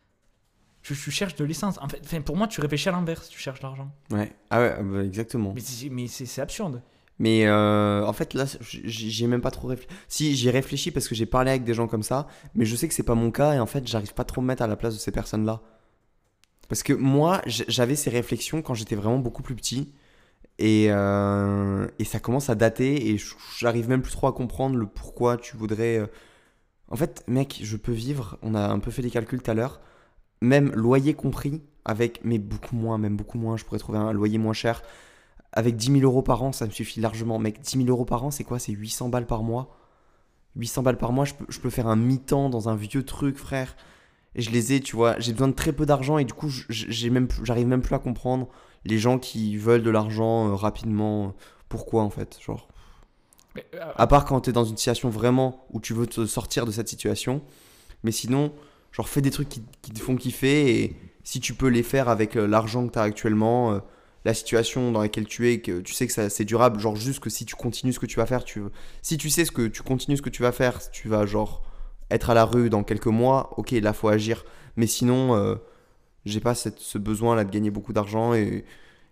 Tu, tu cherches de l'essence. En fait, enfin, pour moi, tu réfléchis à l'inverse, tu cherches l'argent. Ouais. Ah ouais, bah, exactement. Mais, c'est- mais c'est c'est absurde. Mais euh, en fait, là, j- j'y ai même pas trop réfléchi. Si, j'y ai réfléchi parce que j'ai parlé avec des gens comme ça, mais je sais que c'est pas mon cas et en fait, j'arrive pas trop à me mettre à la place de ces personnes-là. Parce que moi, j- j'avais ces réflexions quand j'étais vraiment beaucoup plus petit et, euh, et ça commence à dater et j- j'arrive même plus trop à comprendre le pourquoi tu voudrais. euh. En fait, mec, je peux vivre, on a un peu fait les calculs tout à l'heure, même loyer compris, avec, mais beaucoup moins, même beaucoup moins, je pourrais trouver un loyer moins cher. Avec dix mille euros par an, ça me suffit largement. Mec, dix mille euros par an, c'est quoi? C'est huit cents balles par mois. huit cents balles par mois, je peux, je peux faire un mi-temps dans un vieux truc, frère. Et je les ai, tu vois. J'ai besoin de très peu d'argent et du coup, j- j'ai même, plus- j'arrive même plus à comprendre les gens qui veulent de l'argent euh, rapidement. Pourquoi, en fait? Genre. Mais, euh, À part quand t'es dans une situation vraiment où tu veux te sortir de cette situation. Mais sinon, genre, fais des trucs qui, qui te font kiffer et si tu peux les faire avec euh, l'argent que t'as actuellement. euh, la situation dans laquelle tu es, que tu sais que ça, c'est durable, genre juste que si tu continues ce que tu vas faire, tu, si tu sais ce que tu continues ce que tu vas faire, tu vas genre être à la rue dans quelques mois, ok, là faut agir, mais sinon, euh, j'ai pas cette, ce besoin là de gagner beaucoup d'argent et,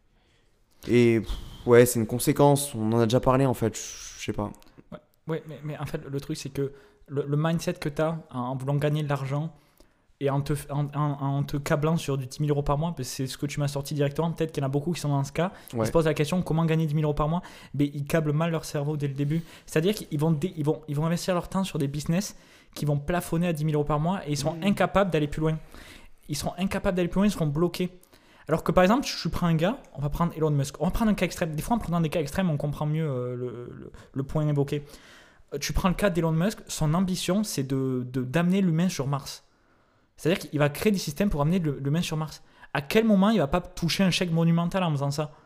et pff, ouais, c'est une conséquence, on en a déjà parlé en fait, je sais pas. Ouais, mais, mais en fait, le truc, c'est que le, le mindset que tu as en, en voulant gagner de l'argent, et en te, en, en- en te câblant sur du dix mille euros par mois, parce que c'est ce que tu m'as sorti directement, peut-être qu'il y en a beaucoup qui sont dans ce cas, ils Ouais. se posent la question comment gagner dix mille euros par mois, mais ils câblent mal leur cerveau dès le début. C'est-à-dire qu'ils vont, dé- ils vont, ils vont investir leur temps sur des business qui vont plafonner à dix mille euros par mois et ils seront Mmh. incapables d'aller plus loin. Ils seront incapables d'aller plus loin, ils seront bloqués. Alors que par exemple, je prends un gars, on va prendre Elon Musk, on va prendre un cas extrême. Des fois, en prenant des cas extrêmes, on comprend mieux euh, le, le- le point évoqué. Euh, Tu prends le cas d'Elon Musk, son ambition, c'est de, de- d'amener l'humain sur Mars. C'est-à-dire qu'il va créer des systèmes pour amener le- l'humain sur Mars. À quel moment il va pas toucher un chèque monumental en faisant ça?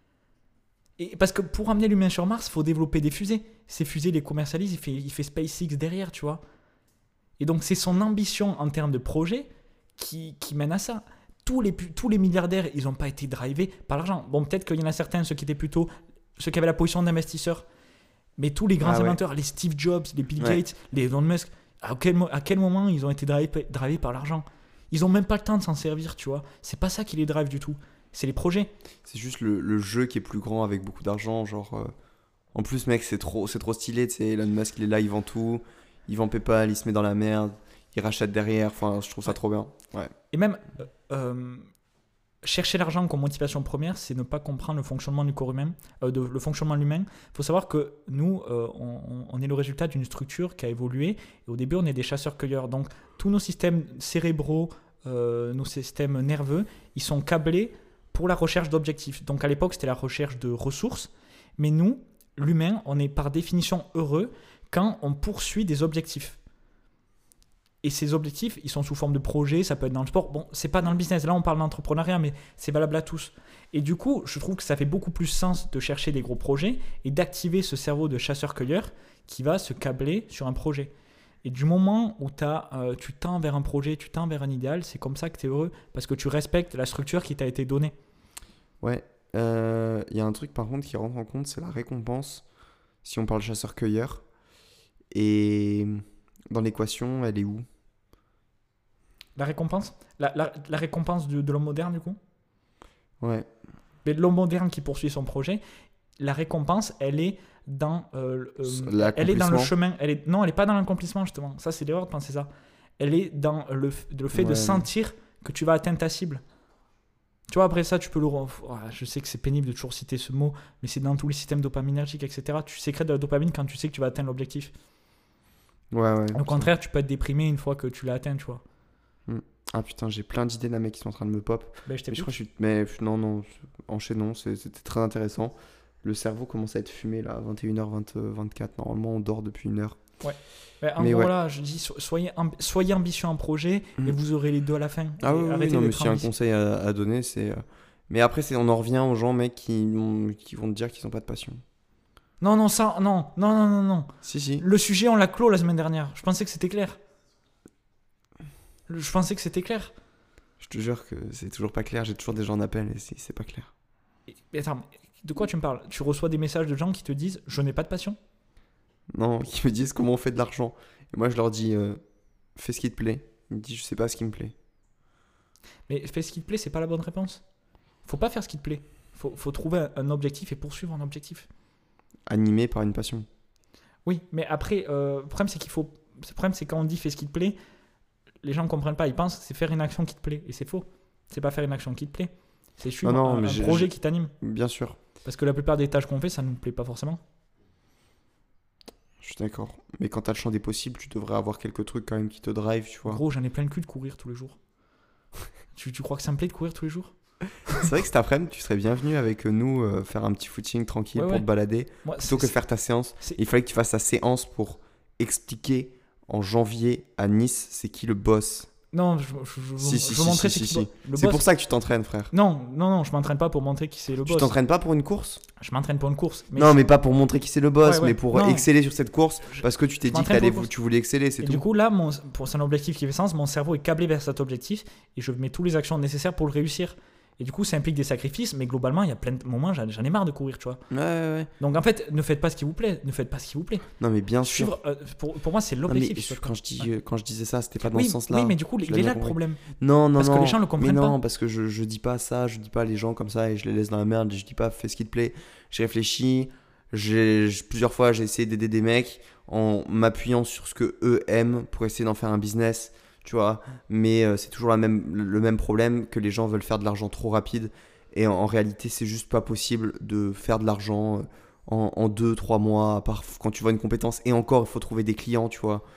Et parce que pour amener l'humain sur Mars, il faut développer des fusées. Ces fusées, il les commercialise, il fait, il fait SpaceX derrière, tu vois. Et donc, c'est son ambition en termes de projet qui, qui mène à ça. Tous les, pu- tous les milliardaires, ils n'ont pas été drivés par l'argent. Bon, peut-être qu'il y en a certains, ceux qui étaient plutôt, ceux qui avaient la position d'investisseurs. Mais tous les grands Ah ouais. inventeurs, les Steve Jobs, les Bill Ouais. Gates, les Elon Musk, à quel, mo- à quel moment ils ont été drivés, drivés par l'argent? Ils n'ont même pas le temps de s'en servir, tu vois. C'est pas ça qui les drive du tout. C'est les projets. C'est juste le, le jeu qui est plus grand avec beaucoup d'argent. Genre, euh, en plus, mec, c'est trop, c'est trop stylé. Tu sais, Elon Musk, il est là, il vend tout. Il vend PayPal, il se met dans la merde. Il rachète derrière. Enfin, je trouve ça trop bien. Ouais. Et même, euh, euh, chercher l'argent comme motivation première, c'est ne pas comprendre le fonctionnement du corps humain, euh, de- le fonctionnement de l'humain. Il faut savoir que nous, euh, on, on- on est le résultat d'une structure qui a évolué. Et au début, on est des chasseurs-cueilleurs. Donc, tous nos systèmes cérébraux, euh, nos systèmes nerveux, ils sont câblés pour la recherche d'objectifs. Donc, à l'époque, c'était la recherche de ressources. Mais nous, l'humain, on est par définition heureux quand on poursuit des objectifs. Et ces objectifs, ils sont sous forme de projets, ça peut être dans le sport. Bon, c'est pas dans le business, là on parle d'entrepreneuriat, mais c'est valable à tous. Et du coup, je trouve que ça fait beaucoup plus sens de chercher des gros projets et d'activer ce cerveau de chasseur-cueilleur qui va se câbler sur un projet. Et du moment où t'as, euh, tu tends vers un projet, tu tends vers un idéal, c'est comme ça que tu es heureux, parce que tu respectes la structure qui t'a été donnée. Ouais. Euh, Il y a un truc par contre qui rentre en compte, c'est la récompense. Si on parle chasseur-cueilleur. Et dans l'équation, elle est où? La récompense la, la, la récompense de, de l'homme moderne, du coup Ouais. Mais l'homme moderne qui poursuit son projet, la récompense, elle est dans, euh, euh, elle est dans le L'accomplissement. chemin. Elle est, non, elle n'est pas dans l'accomplissement, justement. Ça, c'est l'erreur de penser ça. Elle est dans le, f- le fait Ouais, de mais- sentir que tu vas atteindre ta cible. Tu vois, après ça, tu peux le... re- oh, je sais que c'est pénible de toujours citer ce mot, mais c'est dans tous les systèmes dopaminergiques, et cetera. Tu sécrètes de la dopamine quand tu sais que tu vas atteindre l'objectif. Ouais, ouais. Au contraire, tu peux être déprimé une fois que tu l'as atteint, tu vois. Ah putain, j'ai plein d'idées là, mec, qui sont en train de me pop. Ben, je Mais je crois t'écoute. que je suis. Mais pff, non, non, enchaînons, c'est- c'était très intéressant. Le cerveau commence à être fumé là, à vingt et une heures vingt-quatre. Normalement, on dort depuis une heure. Ben, en Mais gros, ouais. là, je dis, so- soyez, amb- soyez ambitieux en projet et Mhm. vous aurez les deux à la fin. Ah Et oui, oui, arrêtez non, mais d'être s'il y a un ambitieux. conseil à, à donner, c'est. euh, Mais après, c'est, on en revient aux gens, mec, qui, ont- qui vont te dire qu'ils n'ont pas de passion. Non, non, ça, non, non, non, non, non. Si, si. Le sujet, on l'a clos la semaine dernière. Je pensais que c'était clair. Le- Je pensais que c'était clair. Je te jure que c'est toujours pas clair. J'ai toujours des gens en appel et c'est, c'est pas clair. Et- mais attends, de quoi tu me parles? Tu reçois des messages de gens qui te disent je n'ai pas de passion? Non, qui me disent comment on fait de l'argent. Et moi, je leur dis, euh, fais ce qui te plaît. Ils me disent, je sais pas ce qui me plaît. Mais fais ce qui te plaît, c'est pas la bonne réponse. Faut pas faire ce qui te plaît. Faut, faut trouver un, un objectif et poursuivre un objectif. Animé par une passion. Oui, mais après, euh, le problème c'est qu'il faut. Le problème c'est quand on dit fais ce qui te plaît, les gens ne comprennent pas. Ils pensent que c'est faire une action qui te plaît. Et c'est faux. C'est pas faire une action qui te plaît. C'est suivre Non, non, un, mais un j'ai- projet j'ai- qui t'anime. Bien sûr, Parce que la plupart des tâches qu'on fait, ça ne nous plaît pas forcément. je suis d'accord. Mais quand t'as le champ des possibles, tu devrais avoir quelques trucs quand même qui te drive, tu vois. Gros, j'en ai plein le cul de courir tous les jours. tu, tu crois que ça me plaît de courir tous les jours? C'est vrai que cet après-midi, tu serais bienvenu avec nous euh, faire un petit footing tranquille Ouais, pour ouais. te balader. Moi, Plutôt c'est- que faire ta séance. c'est- Il fallait que tu fasses ta séance pour expliquer en janvier à Nice c'est qui le boss. Non, je, je, je, Si, si, je veux si, montrer si, c'est si, qui si. le C'est boss. pour ça que tu t'entraînes, frère. Non, non, non, je m'entraîne pas pour montrer qui c'est le Tu boss. t'entraînes pas pour une course? Je m'entraîne pour une course. Mais Non, je- mais pas pour montrer qui c'est le boss, Ouais, ouais. mais pour Non. exceller sur cette course Je- parce que tu t'es je dit que m'entraîne t'allais- pour la course. tu voulais exceller, c'est Et tout. du coup, là, mon, pour c'est un objectif qui fait sens, mon cerveau est câblé vers cet objectif et je mets toutes les actions nécessaires pour le réussir. Et du coup, ça implique des sacrifices, mais globalement, il y a plein de moments, j'en j'en ai marre de courir, tu vois. Ouais, ouais, ouais. Donc en fait, ne faites pas ce qui vous plaît, ne faites pas ce qui vous plaît. Non, mais bien sûr. Suivre, euh, pour, pour moi, c'est Non, mais l'objectif. je- quand, je dis, quand je disais ça, c'était pas dans oui, ce sens-là. oui, mais du coup, Je il l'ai est bien là le compris. problème. Non, non, Parce que non. les gens le comprennent mais non, pas. parce que je, je dis pas ça, je dis pas les gens comme ça et je les laisse dans la merde, je dis pas fais ce qui te plaît. J'ai réfléchi, j'ai, j'ai- plusieurs fois j'ai essayé d'aider des mecs en m'appuyant sur ce que eux aiment pour essayer d'en faire un business. tu vois. Mais euh, c'est toujours la même, le même problème que les gens veulent faire de l'argent trop rapide. Et en, en réalité, c'est juste pas possible de faire de l'argent en, en deux, trois mois, à part quand tu vois une compétence. Et encore, il faut trouver des clients, tu vois.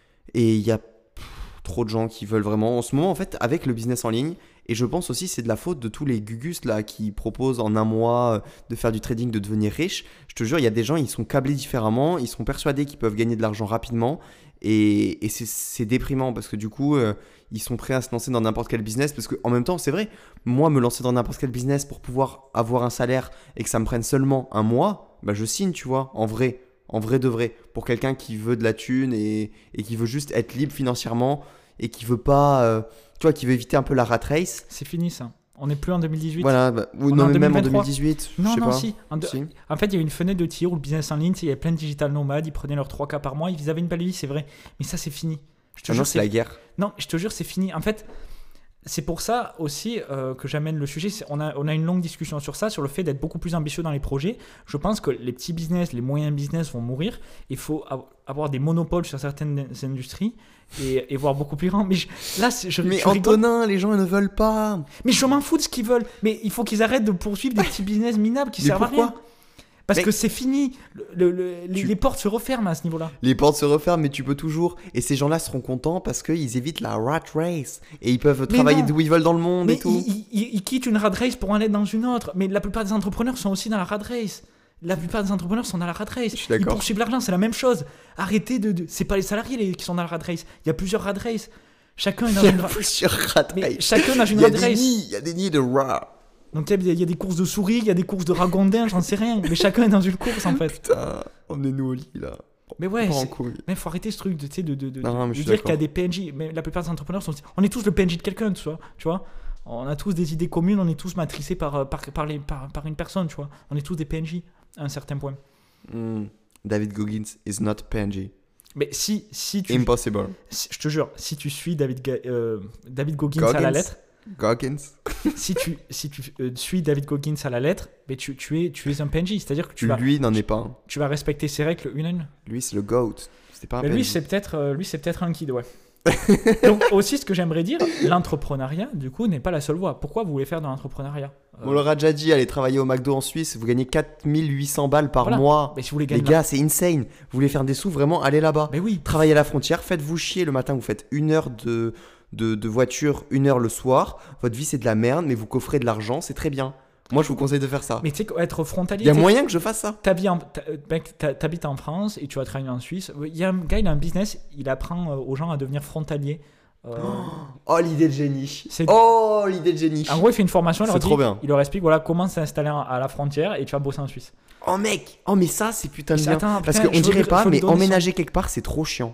Et il y a pff, trop de gens qui veulent vraiment. En ce moment, en fait, avec le business en ligne, et je pense aussi c'est de la faute de tous les gugus là qui proposent en un mois euh, de faire du trading, de devenir riche. Je te jure, il y a des gens, ils sont câblés différemment, ils sont persuadés qu'ils peuvent gagner de l'argent rapidement. Et, et c'est, c'est déprimant parce que du coup, euh, ils sont prêts à se lancer dans n'importe quel business. Parce qu'en même temps, c'est vrai, moi, me lancer dans n'importe quel business pour pouvoir avoir un salaire et que ça me prenne seulement un mois, bah, je signe, tu vois, en vrai. En vrai de vrai, pour quelqu'un qui veut de la thune et, et qui veut juste être libre financièrement et qui veut pas, euh, tu vois, qui veut éviter un peu la rat race. C'est fini ça. On n'est plus en deux mille dix-huit. Voilà, bah, ou On non, est en mais même en deux mille vingt-trois. deux mille dix-huit, je Non, sais non, pas. si. En, de- Si. en fait, il y a eu une fenêtre de tir où le business en ligne, tu sais, il y avait plein de digital nomades, ils prenaient leurs trois K par mois, ils avaient une belle vie, c'est vrai. Mais ça, c'est fini. Je te Ah non, jure, c'est la guerre. Non, je te jure, c'est fini. En fait, c'est pour ça aussi euh, que j'amène le sujet. C'est- On a, on a une longue discussion sur ça, sur le fait d'être beaucoup plus ambitieux dans les projets. Je pense que les petits business, les moyens business vont mourir. Il faut av- avoir des monopoles sur certaines industries et, et voir beaucoup plus grand. Mais je, là, c'est- je, Mais je rigole. Antonin, les gens ils ne veulent pas. Mais je m'en fous de ce qu'ils veulent. Mais il faut qu'ils arrêtent de poursuivre des petits business minables qui Mais servent à pourquoi rien. Parce Mais- que c'est fini. Le- le- le- les, Tu- les portes se referment à ce niveau-là. Les portes se referment, mais tu peux toujours. Et ces gens-là seront contents parce qu'ils évitent la rat race. Et ils peuvent Mais travailler non. d'où ils veulent dans le monde Mais et tout. ils, ils- ils quittent une rat race pour en être dans une autre. Mais la plupart des entrepreneurs sont aussi dans la rat race. La plupart des entrepreneurs sont dans la rat race. Je suis Ils d'accord. poursuivent l'argent, c'est la même chose. Arrêtez de. de- C'est pas les salariés les- qui sont dans la rat race. Il y a plusieurs rat race. Chacun est dans Il y une a rat plusieurs rat Mais race. chacun dans une Il y a rat des race. nids, il y a des nids de rats. Donc il y, a- il y a des courses de souris, il y a des courses de ragondins, j'en sais rien. Mais chacun est dans une course en fait. Putain, emmenez-nous au lit là. Mais ouais, Pas en c'est- couille. mais faut arrêter ce truc de, tu sais, de, de, de, Non, non, mais de je suis dire qu'il y a d'accord. des P N J. Mais la plupart des entrepreneurs sont. On est tous le P N J de quelqu'un, tu vois. Tu vois on a tous des idées communes, on est tous matricés par, euh, par, par, les, par, par une personne, tu vois. On est tous des P N J à un certain point. Hmm. David Goggins is not P N G. Mais si, si tu. Impossible. si- je te jure, si tu suis David, Ga- euh, David Goggins, à la Goggins. lettre, Goggins. si tu, si tu euh, suis David Goggins à la lettre, mais tu, tu, es, tu es un P N J. C'est-à-dire que tu vas, Lui n'en est pas un. tu vas respecter ses règles une à une. Lui c'est le GOAT. C'était pas un Mais P N G. lui, c'est peut-être euh, lui, c'est peut-être un kid, ouais. Donc aussi, ce que j'aimerais dire, l'entrepreneuriat, du coup, n'est pas la seule voie. Pourquoi vous voulez faire de l'entrepreneuriat Euh, On leur a déjà dit, allez travailler au McDo en Suisse, vous gagnez quatre mille huit cents balles par Voilà. mois. Mais si vous voulez Les gagner, gars, c'est insane. Vous voulez faire des sous, vraiment, allez là-bas. mais oui, Travaillez à la frontière, faites-vous chier le matin, vous faites une heure de, de, de voiture, une heure le soir. Votre vie, c'est de la merde, mais vous coffrez de l'argent, c'est très bien. Moi, je vous conseille de faire ça. mais tu sais qu'être frontalier, Il y a t'sais, moyen que je fasse ça. t'habites en- t'as- mec, t'as- t'habites en France et tu vas travailler en Suisse. Il y a un gars, il a un business, il apprend euh, aux gens à devenir frontaliers. Euh, Oh, l'idée de génie. C'est- Oh, l'idée de génie. En gros, il fait une formation, il leur, C'est dit- trop bien. il leur explique voilà, comment s'installer en- à la frontière et tu vas bosser en Suisse. Oh, mec. Oh, mais ça, c'est putain de Mais bien. attends, Parce putain, qu'on je veux dirait lui- pas, faut lui mais donner son- emménager quelque part, c'est trop chiant.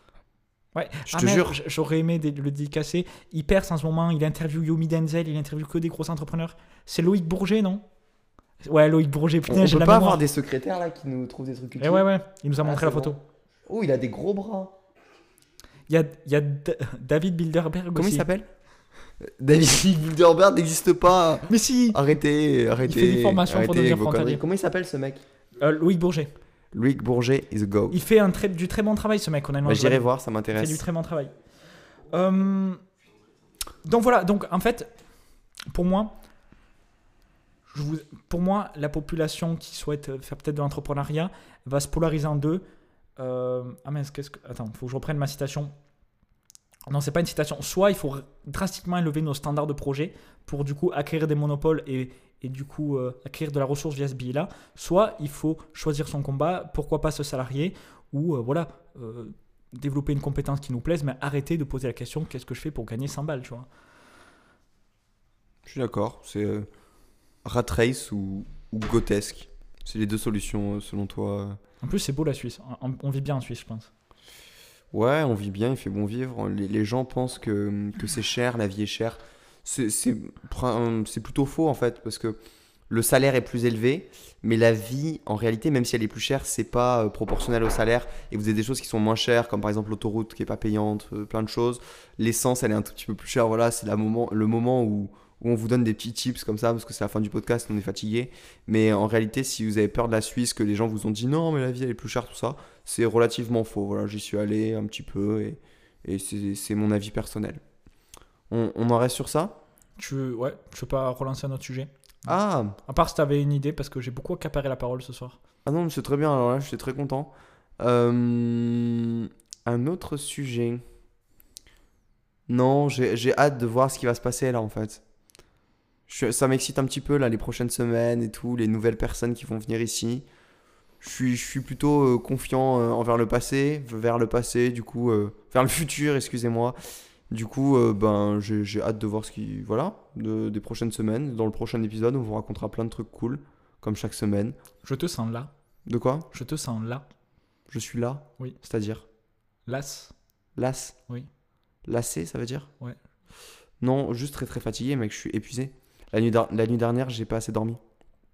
Ouais. Je Ah, te merde, jure. j- J'aurais aimé des- le dédicacer. Il perce en ce moment, il interviewe Yomi Denzel, il interviewe que des gros entrepreneurs. C'est Loïc Bourget, non Ouais, Loïc Bourget, On, putain, on j'ai peut la pas mémoire. avoir des secrétaires là qui nous trouvent des trucs Eh utiles. ouais, ouais, il nous a Ah, montré la c'est photo. bon. Oh, il a des gros bras. Il y a, il y a D- David Bilderberg Comment aussi. il s'appelle David Bilderberg n'existe pas. Mais si Arrêtez, arrêtez. fait des formations pour arrêtez devenir avec vos frontalier. conneries. Comment il s'appelle ce mec euh, Loïc Bourget. Loïc Bourget is a go. Il fait un très, du très bon travail, ce mec, honnêtement. Bah, je j'irai valide. voir, ça Il fait m'intéresse. du très bon travail. Euh, donc voilà, donc en fait, pour moi, je vous, pour moi, la population qui souhaite faire peut-être de l'entrepreneuriat va se polariser en deux. Euh, ah mince, qu'est-ce que... Attends, il faut que je reprenne ma citation. Non, c'est pas une citation. Soit il faut drastiquement élever nos standards de projet pour du coup acquérir des monopoles et, et du coup euh, acquérir de la ressource via ce billet-là. Soit il faut choisir son combat, pourquoi pas se salarier ou euh, voilà, euh, développer une compétence qui nous plaise, mais arrêter de poser la question qu'est-ce que je fais pour gagner cent balles, tu vois. Je suis d'accord. C'est euh, rat race ou, ou grotesque. C'est les deux solutions euh, selon toi. En plus, c'est beau la Suisse. On, on vit bien en Suisse, je pense. Ouais, on vit bien, il fait bon vivre. Les, les gens pensent que, que c'est cher, la vie est chère. C'est, c'est, c'est plutôt faux en fait, parce que le salaire est plus élevé, mais la vie, en réalité, même si elle est plus chère, c'est pas euh, proportionnel au salaire. Et vous avez des choses qui sont moins chères, comme par exemple l'autoroute qui est pas payante, euh, plein de choses. L'essence, elle est un tout petit peu plus chère. Voilà, c'est la moment, le moment où, où on vous donne des petits tips comme ça, parce que c'est la fin du podcast, on est fatigué. Mais en réalité, si vous avez peur de la Suisse, que les gens vous ont dit non, mais la vie elle est plus chère, tout ça, c'est relativement faux. Voilà, j'y suis allé un petit peu et, Et c'est, c'est mon avis personnel. On, on en reste sur ça? Tu veux, ouais, je peux pas relancer un autre sujet. Ah, À part si t'avais une idée, parce que j'ai beaucoup accaparé la parole ce soir. ah non, c'est très bien. Alors là, je suis très content. Euh, un autre sujet. Non, j'ai, j'ai hâte de voir ce qui va se passer là en fait. Je- ça m'excite un petit peu là, les prochaines semaines et tout, les nouvelles personnes qui vont venir ici. Je suis, je suis plutôt euh, confiant euh, envers le passé, vers le passé, du coup, euh, vers le futur, excusez-moi. Du coup, euh, ben, j'ai, j'ai hâte de voir ce qui, voilà, de- des prochaines semaines. Dans le prochain épisode, on vous racontera plein de trucs cool, comme chaque semaine. Je te sens là. De quoi? Je te sens là. Je suis là? Oui. C'est-à-dire? Las. Las? Oui. Lassé, ça veut dire? Ouais. Non, juste très très fatigué, mec, je suis épuisé. La nuit, dar- la nuit dernière, j'ai pas assez dormi.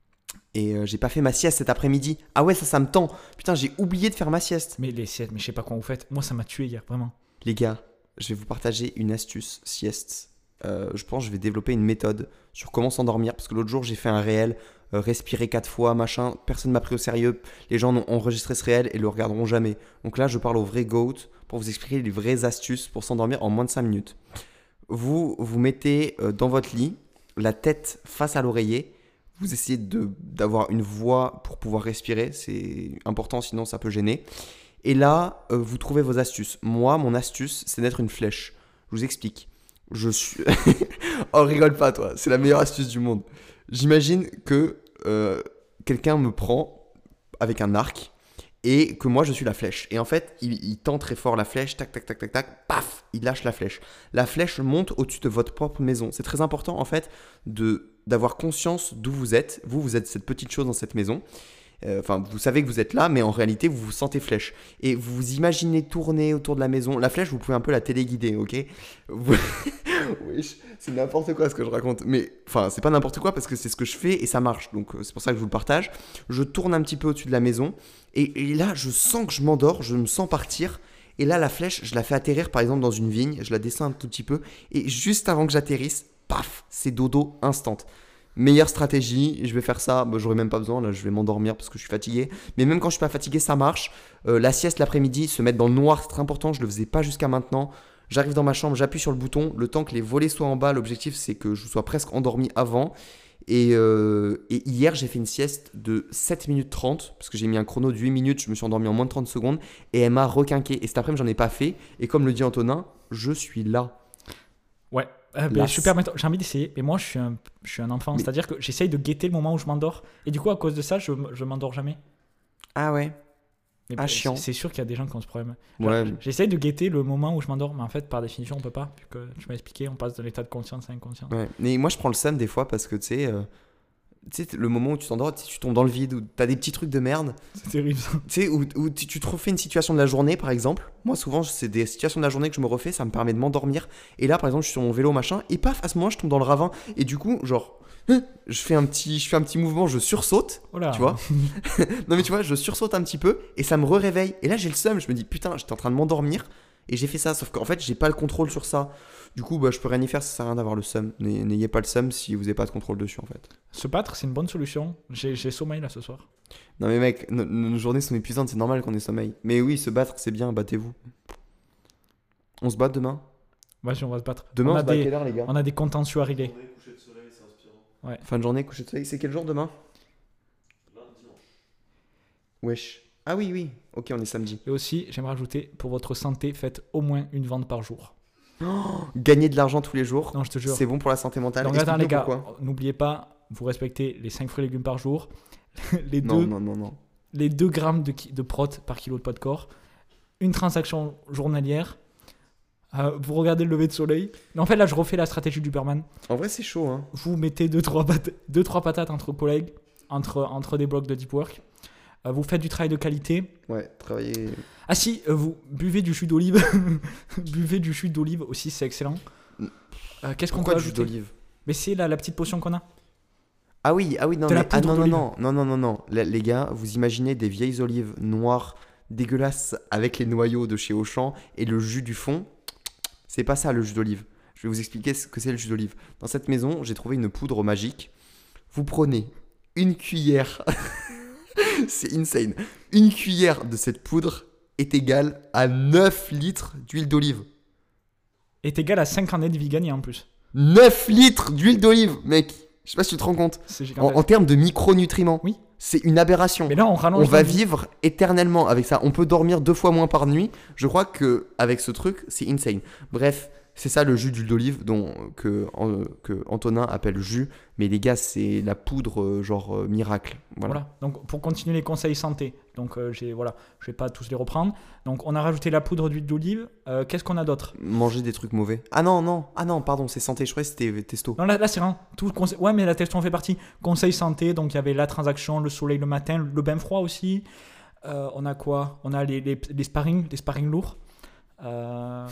Et euh, j'ai pas fait ma sieste cet après-midi. Ah ouais, ça, ça me tend. Putain, j'ai oublié de faire ma sieste. Mais les siestes, mais je sais pas quoi vous faites. Moi, ça m'a tué hier, vraiment. Les gars, je vais vous partager une astuce sieste. Euh, je pense que je vais développer une méthode sur comment s'endormir. Parce que l'autre jour, j'ai fait un réel, euh, respirer quatre fois, machin. Personne m'a pris au sérieux. Les gens ont enregistré ce réel et le regarderont jamais. Donc là, je parle au vrai GOAT pour vous expliquer les vraies astuces pour s'endormir en moins de cinq minutes. Vous vous mettez euh, dans votre lit, la tête face à l'oreiller. Vous essayez de, d'avoir une voix pour pouvoir respirer. C'est important, sinon ça peut gêner. Et là, euh, vous trouvez vos astuces. Moi, mon astuce, c'est d'être une flèche. Je vous explique. Je suis... oh, rigole pas, toi. C'est la meilleure astuce du monde. J'imagine que euh, quelqu'un me prend avec un arc et que moi, je suis la flèche. Et en fait, il, il tend très fort la flèche. Tac, tac, tac, tac, tac. Paf, il lâche la flèche. La flèche monte au-dessus de votre propre maison. C'est très important, en fait, de, d'avoir conscience d'où vous êtes. Vous, vous êtes cette petite chose dans cette maison. Enfin, euh, vous savez que vous êtes là, mais en réalité, vous vous sentez flèche. Et vous vous imaginez tourner autour de la maison. La flèche, vous pouvez un peu la téléguider, ok? Vous... Oui, c'est n'importe quoi ce que je raconte. Mais, enfin, c'est pas n'importe quoi parce que c'est ce que je fais et ça marche. Donc, euh, c'est pour ça que je vous le partage. Je tourne un petit peu au-dessus de la maison. Et, et là, je sens que je m'endors, je me sens partir. Et là, la flèche, je la fais atterrir, par exemple, dans une vigne. Je la descends un tout petit peu. Et juste avant que j'atterrisse, paf, c'est dodo instant. Meilleure stratégie, je vais faire ça, bah, j'aurai même pas besoin, là je vais m'endormir parce que je suis fatigué. Mais même quand je suis pas fatigué, ça marche. Euh, la sieste l'après-midi, se mettre dans le noir, c'est très important, je le faisais pas jusqu'à maintenant. J'arrive dans ma chambre, j'appuie sur le bouton, le temps que les volets soient en bas, l'objectif c'est que je sois presque endormi avant. Et, euh, et hier j'ai fait une sieste de sept minutes trente, parce que j'ai mis un chrono de huit minutes, je me suis endormi en moins de trente secondes, et elle m'a requinqué. Et cet après-midi j'en ai pas fait, et comme le dit Antonin, je suis là. Ouais. Euh, ben, Las. super, méthode. J'ai envie d'essayer, mais moi je suis un, je suis un enfant, Mais- c'est-à-dire que j'essaye de guetter le moment où je m'endors, et du coup à cause de ça, je, je m'endors jamais. Ah ouais. Mais Ah, ben, chiant. C'est c'est sûr qu'il y a des gens qui ont ce problème. Genre, Ouais. J'essaye de guetter le moment où je m'endors, mais en fait par définition on peut pas, vu que tu m'as expliqué, on passe de l'état de conscience à inconscient. Ouais, mais moi je prends le seum des fois parce que tu sais, euh, tu sais, le moment où tu t'endors, tu sais, tu tombes dans le vide, où t'as des petits trucs de merde, C'est terrible ça. tu sais, où, où tu, tu te refais une situation de la journée par exemple. Moi souvent c'est des situations de la journée que je me refais, ça me permet de m'endormir. Et là par exemple je suis sur mon vélo machin, et paf, à ce moment je tombe dans le ravin, et du coup genre, hein, je fais un petit, je fais un petit mouvement, je sursaute, Oh là. tu vois. Non mais tu vois, je sursaute un petit peu, et ça me réveille. Et là j'ai le seum, je me dis putain, j'étais en train de m'endormir. Et j'ai fait ça, sauf qu'en fait, j'ai pas le contrôle sur ça. Du coup, bah, je peux rien y faire, ça sert à rien d'avoir le seum. N'ayez n'ayez pas le seum si vous n'avez pas de contrôle dessus, en fait. Se battre, c'est une bonne solution. J'ai j'ai sommeil là ce soir. Non mais mec, no- nos journées sont épuisantes, c'est normal qu'on ait sommeil. Mais oui, se battre, c'est bien, battez-vous. On se bat demain? Vas-y, on va se battre. Demain, on, on, a se bat à des, quelle heure, les gars? on a des contentieux à régler. Coucher de soleil, c'est inspirant. Fin de journée, coucher de soleil. C'est quel jour demain? Lundi, dimanche. Wesh. Ah oui, oui. Ok, on est samedi. Et aussi, j'aimerais rajouter, pour votre santé, faites au moins une vente par jour. Gagner de l'argent tous les jours, Non, je te jure. c'est bon pour la santé mentale. Donc attends les Explique-nous gars, pourquoi. n'oubliez pas, vous respectez les cinq fruits et légumes par jour, les Non, deux, non, non, non. les deux grammes de, ki- de prot par kilo de poids de corps, une transaction journalière, euh, vous regardez le lever de soleil. Mais en fait là je refais la stratégie du Superman. En vrai, c'est chaud, hein. Vous mettez deux trois patates entre collègues, entre, entre des blocs de deep work. Euh, vous faites du travail de qualité. Ouais, travailler. Ah si, euh, vous buvez du jus d'olive. Buvez du jus d'olive aussi, c'est excellent. Euh, Qu'est-ce qu'on peut Pourquoi du jus ajouter? d'olive? Mais c'est la, la petite potion qu'on a. Ah oui, ah oui, non, De la mais, ah poudre non, non, d'olive. non, non, non, non, non. Les, les gars, vous imaginez des vieilles olives noires, dégueulasses, avec les noyaux de chez Auchan et le jus du fond. C'est pas ça le jus d'olive. Je vais vous expliquer ce que c'est le jus d'olive. Dans cette maison, j'ai trouvé une poudre magique. Vous prenez une cuillère. C'est insane. Une cuillère de cette poudre est égale à neuf litres d'huile d'olive. est égal à cinq années de vie gagnée en plus. neuf litres d'huile d'olive, mec. Je sais pas si tu te rends compte. C'est En, gigantesque. en termes de micronutriments, Oui. c'est une aberration. Mais là, on rallonge. On va la vie. vivre éternellement avec ça. On peut dormir deux fois moins par nuit. Je crois que avec ce truc, c'est insane. Bref, c'est ça le jus d'huile d'olive dont que, en- que Antonin appelle jus. Mais les gars, c'est la poudre euh, genre euh, miracle. Voilà. Voilà. Donc, pour continuer les conseils santé, donc euh, j'ai voilà, je vais pas tous les reprendre. Donc, on a rajouté la poudre d'huile d'olive. Euh, Qu'est-ce qu'on a d'autre? Manger des trucs mauvais. Ah non, non. Ah non, pardon, c'est santé. Je croyais que c'était testo. Non, là, là c'est rien. Tout conseil... Ouais, mais la testo en fait partie. Conseil santé, donc il y avait la transaction, le soleil le matin, le bain froid aussi. Euh, on a quoi? On a les, les, les sparring, les sparring lourds. Euh...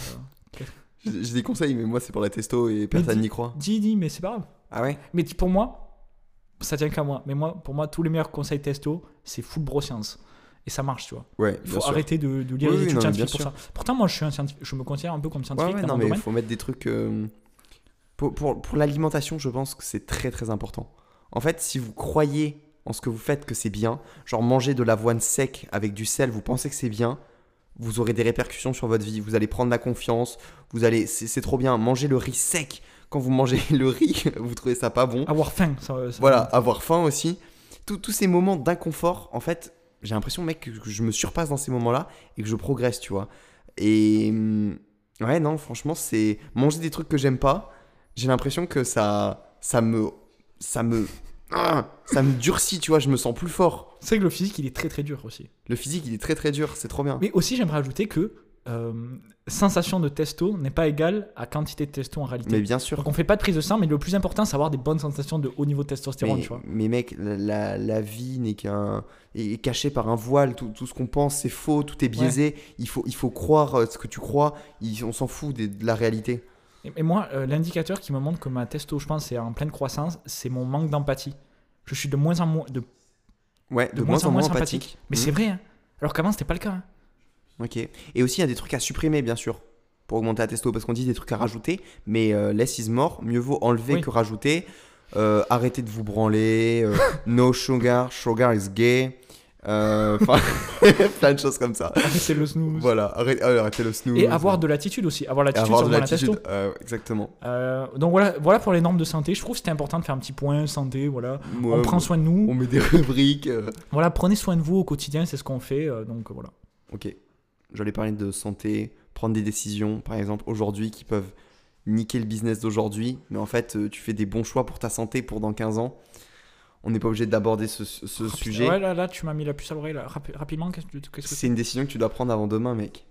J'ai j'ai des conseils, mais moi, c'est pour la testo et personne dis- n'y croit. Dis, dis, mais c'est pas grave. Ah ouais? Mais t- pour moi, ça tient qu'à moi. Mais moi, pour moi, tous les meilleurs conseils testo, c'est full broscience. Et ça marche, tu vois. Ouais, Il bien faut sûr. arrêter de, de lire Oui, les oui, études non, mais scientifiques bien pour ça. Pourtant, moi, je, suis un scientifique, je me considère un peu comme Ouais, scientifique ouais, dans non, mon mais il domaine. faut mettre des trucs. euh, Pour, pour, pour l'alimentation, je pense que c'est très très important. En fait, si vous croyez en ce que vous faites que c'est bien, genre manger de l'avoine sec avec du sel, vous pensez que c'est bien, vous aurez des répercussions sur votre vie. Vous allez prendre la confiance, vous allez, c'est c'est trop bien. Manger le riz sec, quand vous mangez le riz, vous trouvez ça pas bon. Avoir faim, ça, ça- Voilà, avoir faim aussi. Tous tous ces moments d'inconfort, en fait, j'ai l'impression, mec, que que je me surpasse dans ces moments-là et que je progresse, tu vois. Et hum, ouais, non, franchement, c'est manger des trucs que j'aime pas. J'ai l'impression que ça, ça me, ça me, ah, ça me durcit, tu vois. Je me sens plus fort. C'est que le physique, il est très très dur aussi. Le physique, il est très très dur. C'est trop bien. Mais aussi, j'aimerais ajouter que euh, sensation de testo n'est pas égale à quantité de testo en réalité. Mais bien sûr. Donc on fait pas de prise de sang, mais le plus important, c'est avoir des bonnes sensations de haut niveau de testostérone, Mais, tu vois. mais mec, la, la, la vie n'est qu'un est cachée par un voile. Tout, tout ce qu'on pense, c'est faux. Tout est biaisé. Il faut, il faut croire euh, ce que tu crois. Il- on s'en fout des- de la réalité. Et, et moi, euh, l'indicateur qui me montre que ma testo, je pense, est en pleine croissance, c'est mon manque d'empathie. Je suis de moins en moins, de, Ouais, de moins en moins sympathique. Mais Mhm. c'est vrai, hein. Alors qu'avant, c'était pas le cas. hein. Ok. Et aussi, il y a des trucs à supprimer, bien sûr, pour augmenter la testo, parce qu'on dit des trucs à rajouter, mais euh, less is more, mieux vaut enlever Oui. que rajouter. Euh, arrêtez de vous branler, euh, no sugar, sugar is gay, euh, enfin, plein de choses comme ça. C'est le snooze. Voilà, arrêtez, euh, arrêtez le snooze. Et avoir de l'attitude aussi. Avoir Et l'attitude avoir sur de la testo. l'attitude, euh, exactement. Euh, donc voilà, voilà pour les normes de santé. Je trouve que c'était important de faire un petit point santé. Voilà. Moi, on prend soin de nous. on met des rubriques. euh. Voilà, prenez soin de vous au quotidien, c'est ce qu'on fait. euh, donc voilà. Ok, j'allais parler de santé, prendre des décisions, par exemple, aujourd'hui, qui peuvent niquer le business d'aujourd'hui, mais en fait, euh, tu fais des bons choix pour ta santé pour dans quinze ans. On n'est pas obligé d'aborder ce, ce- ce Rapi- sujet. Ouais, là, là, tu m'as mis la puce à l'oreille. là. Rapi- rapidement, qu'est-ce que qu'est-ce que C'est une décision que tu dois prendre avant demain, mec.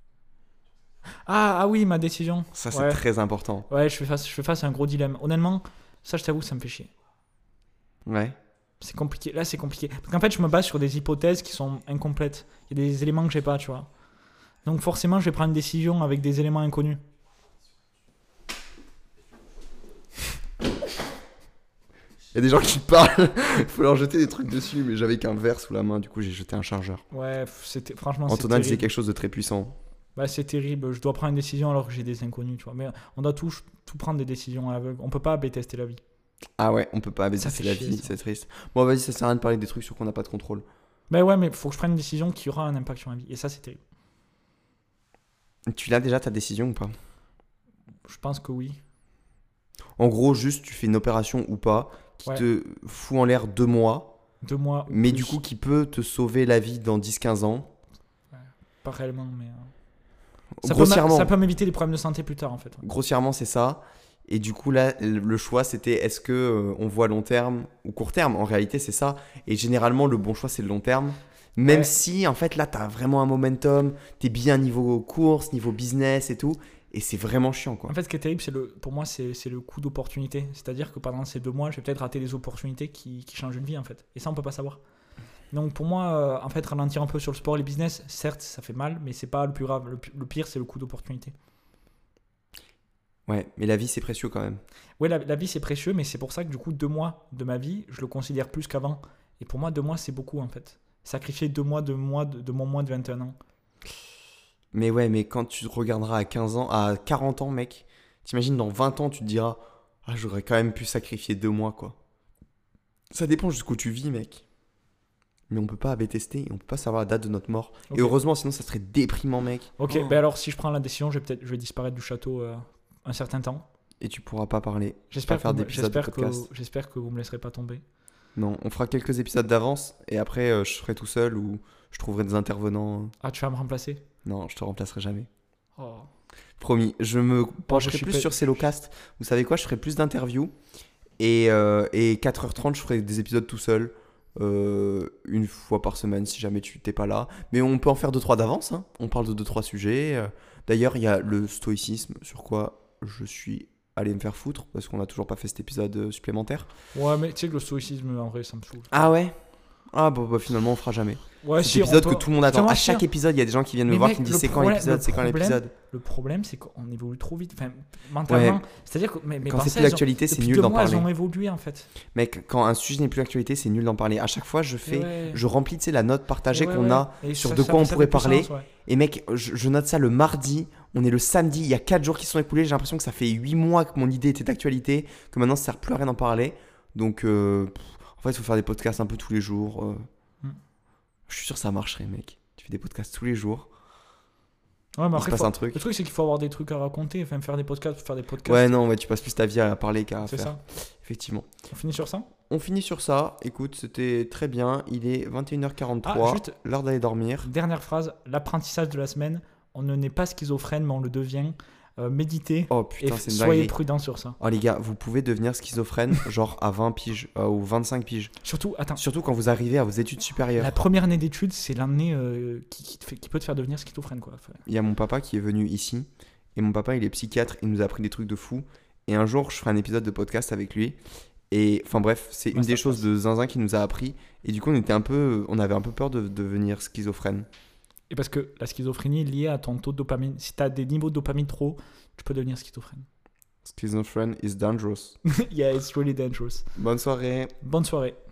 Ah, ah oui, ma décision. Ça, c'est Ouais. très important. Ouais, je fais, face, je fais face à un gros dilemme. Honnêtement, ça, je t'avoue, ça me fait chier. Ouais. C'est compliqué. Là, c'est compliqué. Parce qu'en fait, je me base sur des hypothèses qui sont incomplètes. Il y a des éléments que j'ai pas, tu vois. Donc forcément, je vais prendre une décision avec des éléments inconnus. Il y a des gens qui parlent, faut leur jeter des trucs dessus, mais j'avais qu'un verre sous la main, du coup j'ai jeté un chargeur. Ouais, f- c'était franchement, c'est Antonin disait terrible. quelque chose de très puissant. Bah, c'est terrible. Je dois prendre une décision alors que j'ai des inconnus, tu vois. Mais on doit tout, tout prendre des décisions à l'aveugle. On peut pas B tester la vie. Ah ouais, on peut pas abaisser Ça fait la chier, vie, ça. c'est triste. Bon, vas-y, ça sert à rien de parler des trucs sur qu'on n'a pas de contrôle. Bah ouais, mais faut que je prenne une décision qui aura un impact sur ma vie. Et ça, c'est terrible. Tu l'as déjà ta décision ou pas? Je pense que oui. En gros, juste tu fais une opération ou pas qui Ouais. te fout en l'air deux mois, Deux mois. ou mais plus. du coup qui peut te sauver la vie dans dix quinze ans. Pas réellement, mais. euh, Ça peut m'a- Grossièrement, ça peut m'éviter des problèmes de santé plus tard, en fait. grossièrement c'est ça. Et du coup là, le choix c'était est-ce que euh, on voit long terme ou court terme? En réalité c'est ça. Et généralement le bon choix c'est le long terme. Même Ouais. si en fait là t'as vraiment un momentum, t'es bien niveau course, niveau business et tout. Et c'est vraiment chiant quoi. En fait, ce qui est terrible, c'est le, pour moi, c'est c'est le coût d'opportunité. C'est-à-dire que pendant ces deux mois, j'ai peut-être raté des opportunités qui, qui changent une vie, en fait. Et ça, on peut pas savoir. Donc pour moi, euh, en fait, ralentir un peu sur le sport et les business, certes, ça fait mal, mais c'est pas le plus grave. Le, pi- le pire, c'est le coût d'opportunité. Ouais, mais la vie c'est précieux quand même. Ouais, la, la vie, c'est précieux, mais c'est pour ça que du coup, deux mois de ma vie, je le considère plus qu'avant. Et pour moi, deux mois, c'est beaucoup, en fait. Sacrifier deux mois de, mois de, de mon moins de vingt et un ans. Mais ouais, mais quand tu regarderas à quinze ans, à quarante ans, mec, t'imagines dans vingt ans, tu te diras ah, j'aurais quand même pu sacrifier deux mois, quoi. Ça dépend jusqu'où tu vis, mec. Mais on peut pas A B tester, et on peut pas savoir la date de notre mort. Ok. Et heureusement, sinon ça serait déprimant, mec. Ok, Oh. ben alors si je prends la décision, je vais peut-être je vais disparaître du château euh, un certain temps. Et tu pourras pas parler. J'espère, pas faire que, vous, d'épisodes de j'espère, que, podcast. j'espère que vous me laisserez pas tomber. Non, on fera quelques épisodes d'avance et après euh, je serai tout seul ou je trouverai des intervenants. Ah, tu vas me remplacer? Non, je te remplacerai jamais. Oh. Promis, je me pencherai je suis plus pas- sur Cellocast. Vous savez quoi, je ferai plus d'interviews et, euh, et quatre heures trente, je ferai des épisodes tout seul. euh, une fois par semaine si jamais tu t'es pas là. Mais on peut en faire deux trois d'avance. Hein. On parle de deux trois sujets. euh. D'ailleurs, il y a le stoïcisme sur quoi je suis allé me faire foutre parce qu'on n'a toujours pas fait cet épisode euh, supplémentaire. Ouais, mais tu sais que le stoïcisme, en vrai, ça me saoule. Ah ouais. Ah bah, bah, finalement on fera jamais. Ouais, Cet si, on épisode peut- que tout le monde attend. Comment À chaque dire épisode, il y a des gens qui viennent me Mais voir mec, qui me disent le c'est quand problème- l'épisode, le c'est quand problème- l'épisode. Le problème, c'est qu'on évolue trop vite. Enfin, mentalement, c'est-à-dire que mes, mes Quand c'est pensées, plus elles ont- d'actualité, c'est depuis nul deux d'en mois, elles parler. ont évolué, en fait. Mec, quand un sujet n'est plus d'actualité, c'est nul d'en parler. À chaque fois, je fais, Ouais. je remplis, tu sais, la note partagée Et ouais, qu'on ouais. a Et sur ça- de ça quoi fait- on ça pourrait fait plus parler. sens, ouais. Et mec, je, je note ça le mardi. On est le samedi. Il y a quatre jours qui sont écoulés. J'ai l'impression que ça fait huit mois que mon idée était d'actualité, que maintenant ça sert plus à rien d'en parler. Donc, euh, pff, en fait, il faut faire des podcasts un peu tous les jours. euh. Mm. Je suis sûr que ça marcherait, mec. Tu fais des podcasts tous les jours. Ouais, mais Il se après, passe faut- un truc. le truc, c'est qu'il faut avoir des trucs à raconter. Enfin, faire des podcasts, faire des podcasts. Ouais, non, ouais, tu passes plus ta vie à parler qu'à c'est faire. ça. Effectivement. On finit sur ça. On finit sur ça. Écoute, c'était très bien. Il est vingt et une heures quarante-trois. Ah, juste- L'heure d'aller dormir. Dernière phrase, l'apprentissage de la semaine. On ne n'est pas schizophrène, mais on le devient. Euh, méditez Oh et putain, c'est une soyez dinguerie. prudents sur ça. Oh les gars, vous pouvez devenir schizophrène genre à vingt piges euh, ou vingt-cinq piges. Surtout, attends, Surtout quand vous arrivez à vos études supérieures. la première année d'études, c'est l'année euh, qui, qui, te fait- qui peut te faire devenir schizophrène, quoi. Enfin, Il y a mon papa qui est venu ici. Et mon papa, il est psychiatre. Il nous a appris des trucs de fou. Et un jour, je ferai un épisode de podcast avec lui. Et enfin bref, c'est une des Masterclass. choses de zinzin qu'il nous a appris. Et du coup, on était un peu, on avait un peu peur de devenir schizophrène. Et parce que la schizophrénie est liée à ton taux de dopamine. Si tu as des niveaux de dopamine trop hauts, tu peux devenir schizophrène. Schizophrène is dangerous. Yeah, it's really dangerous. Bonne soirée. Bonne soirée.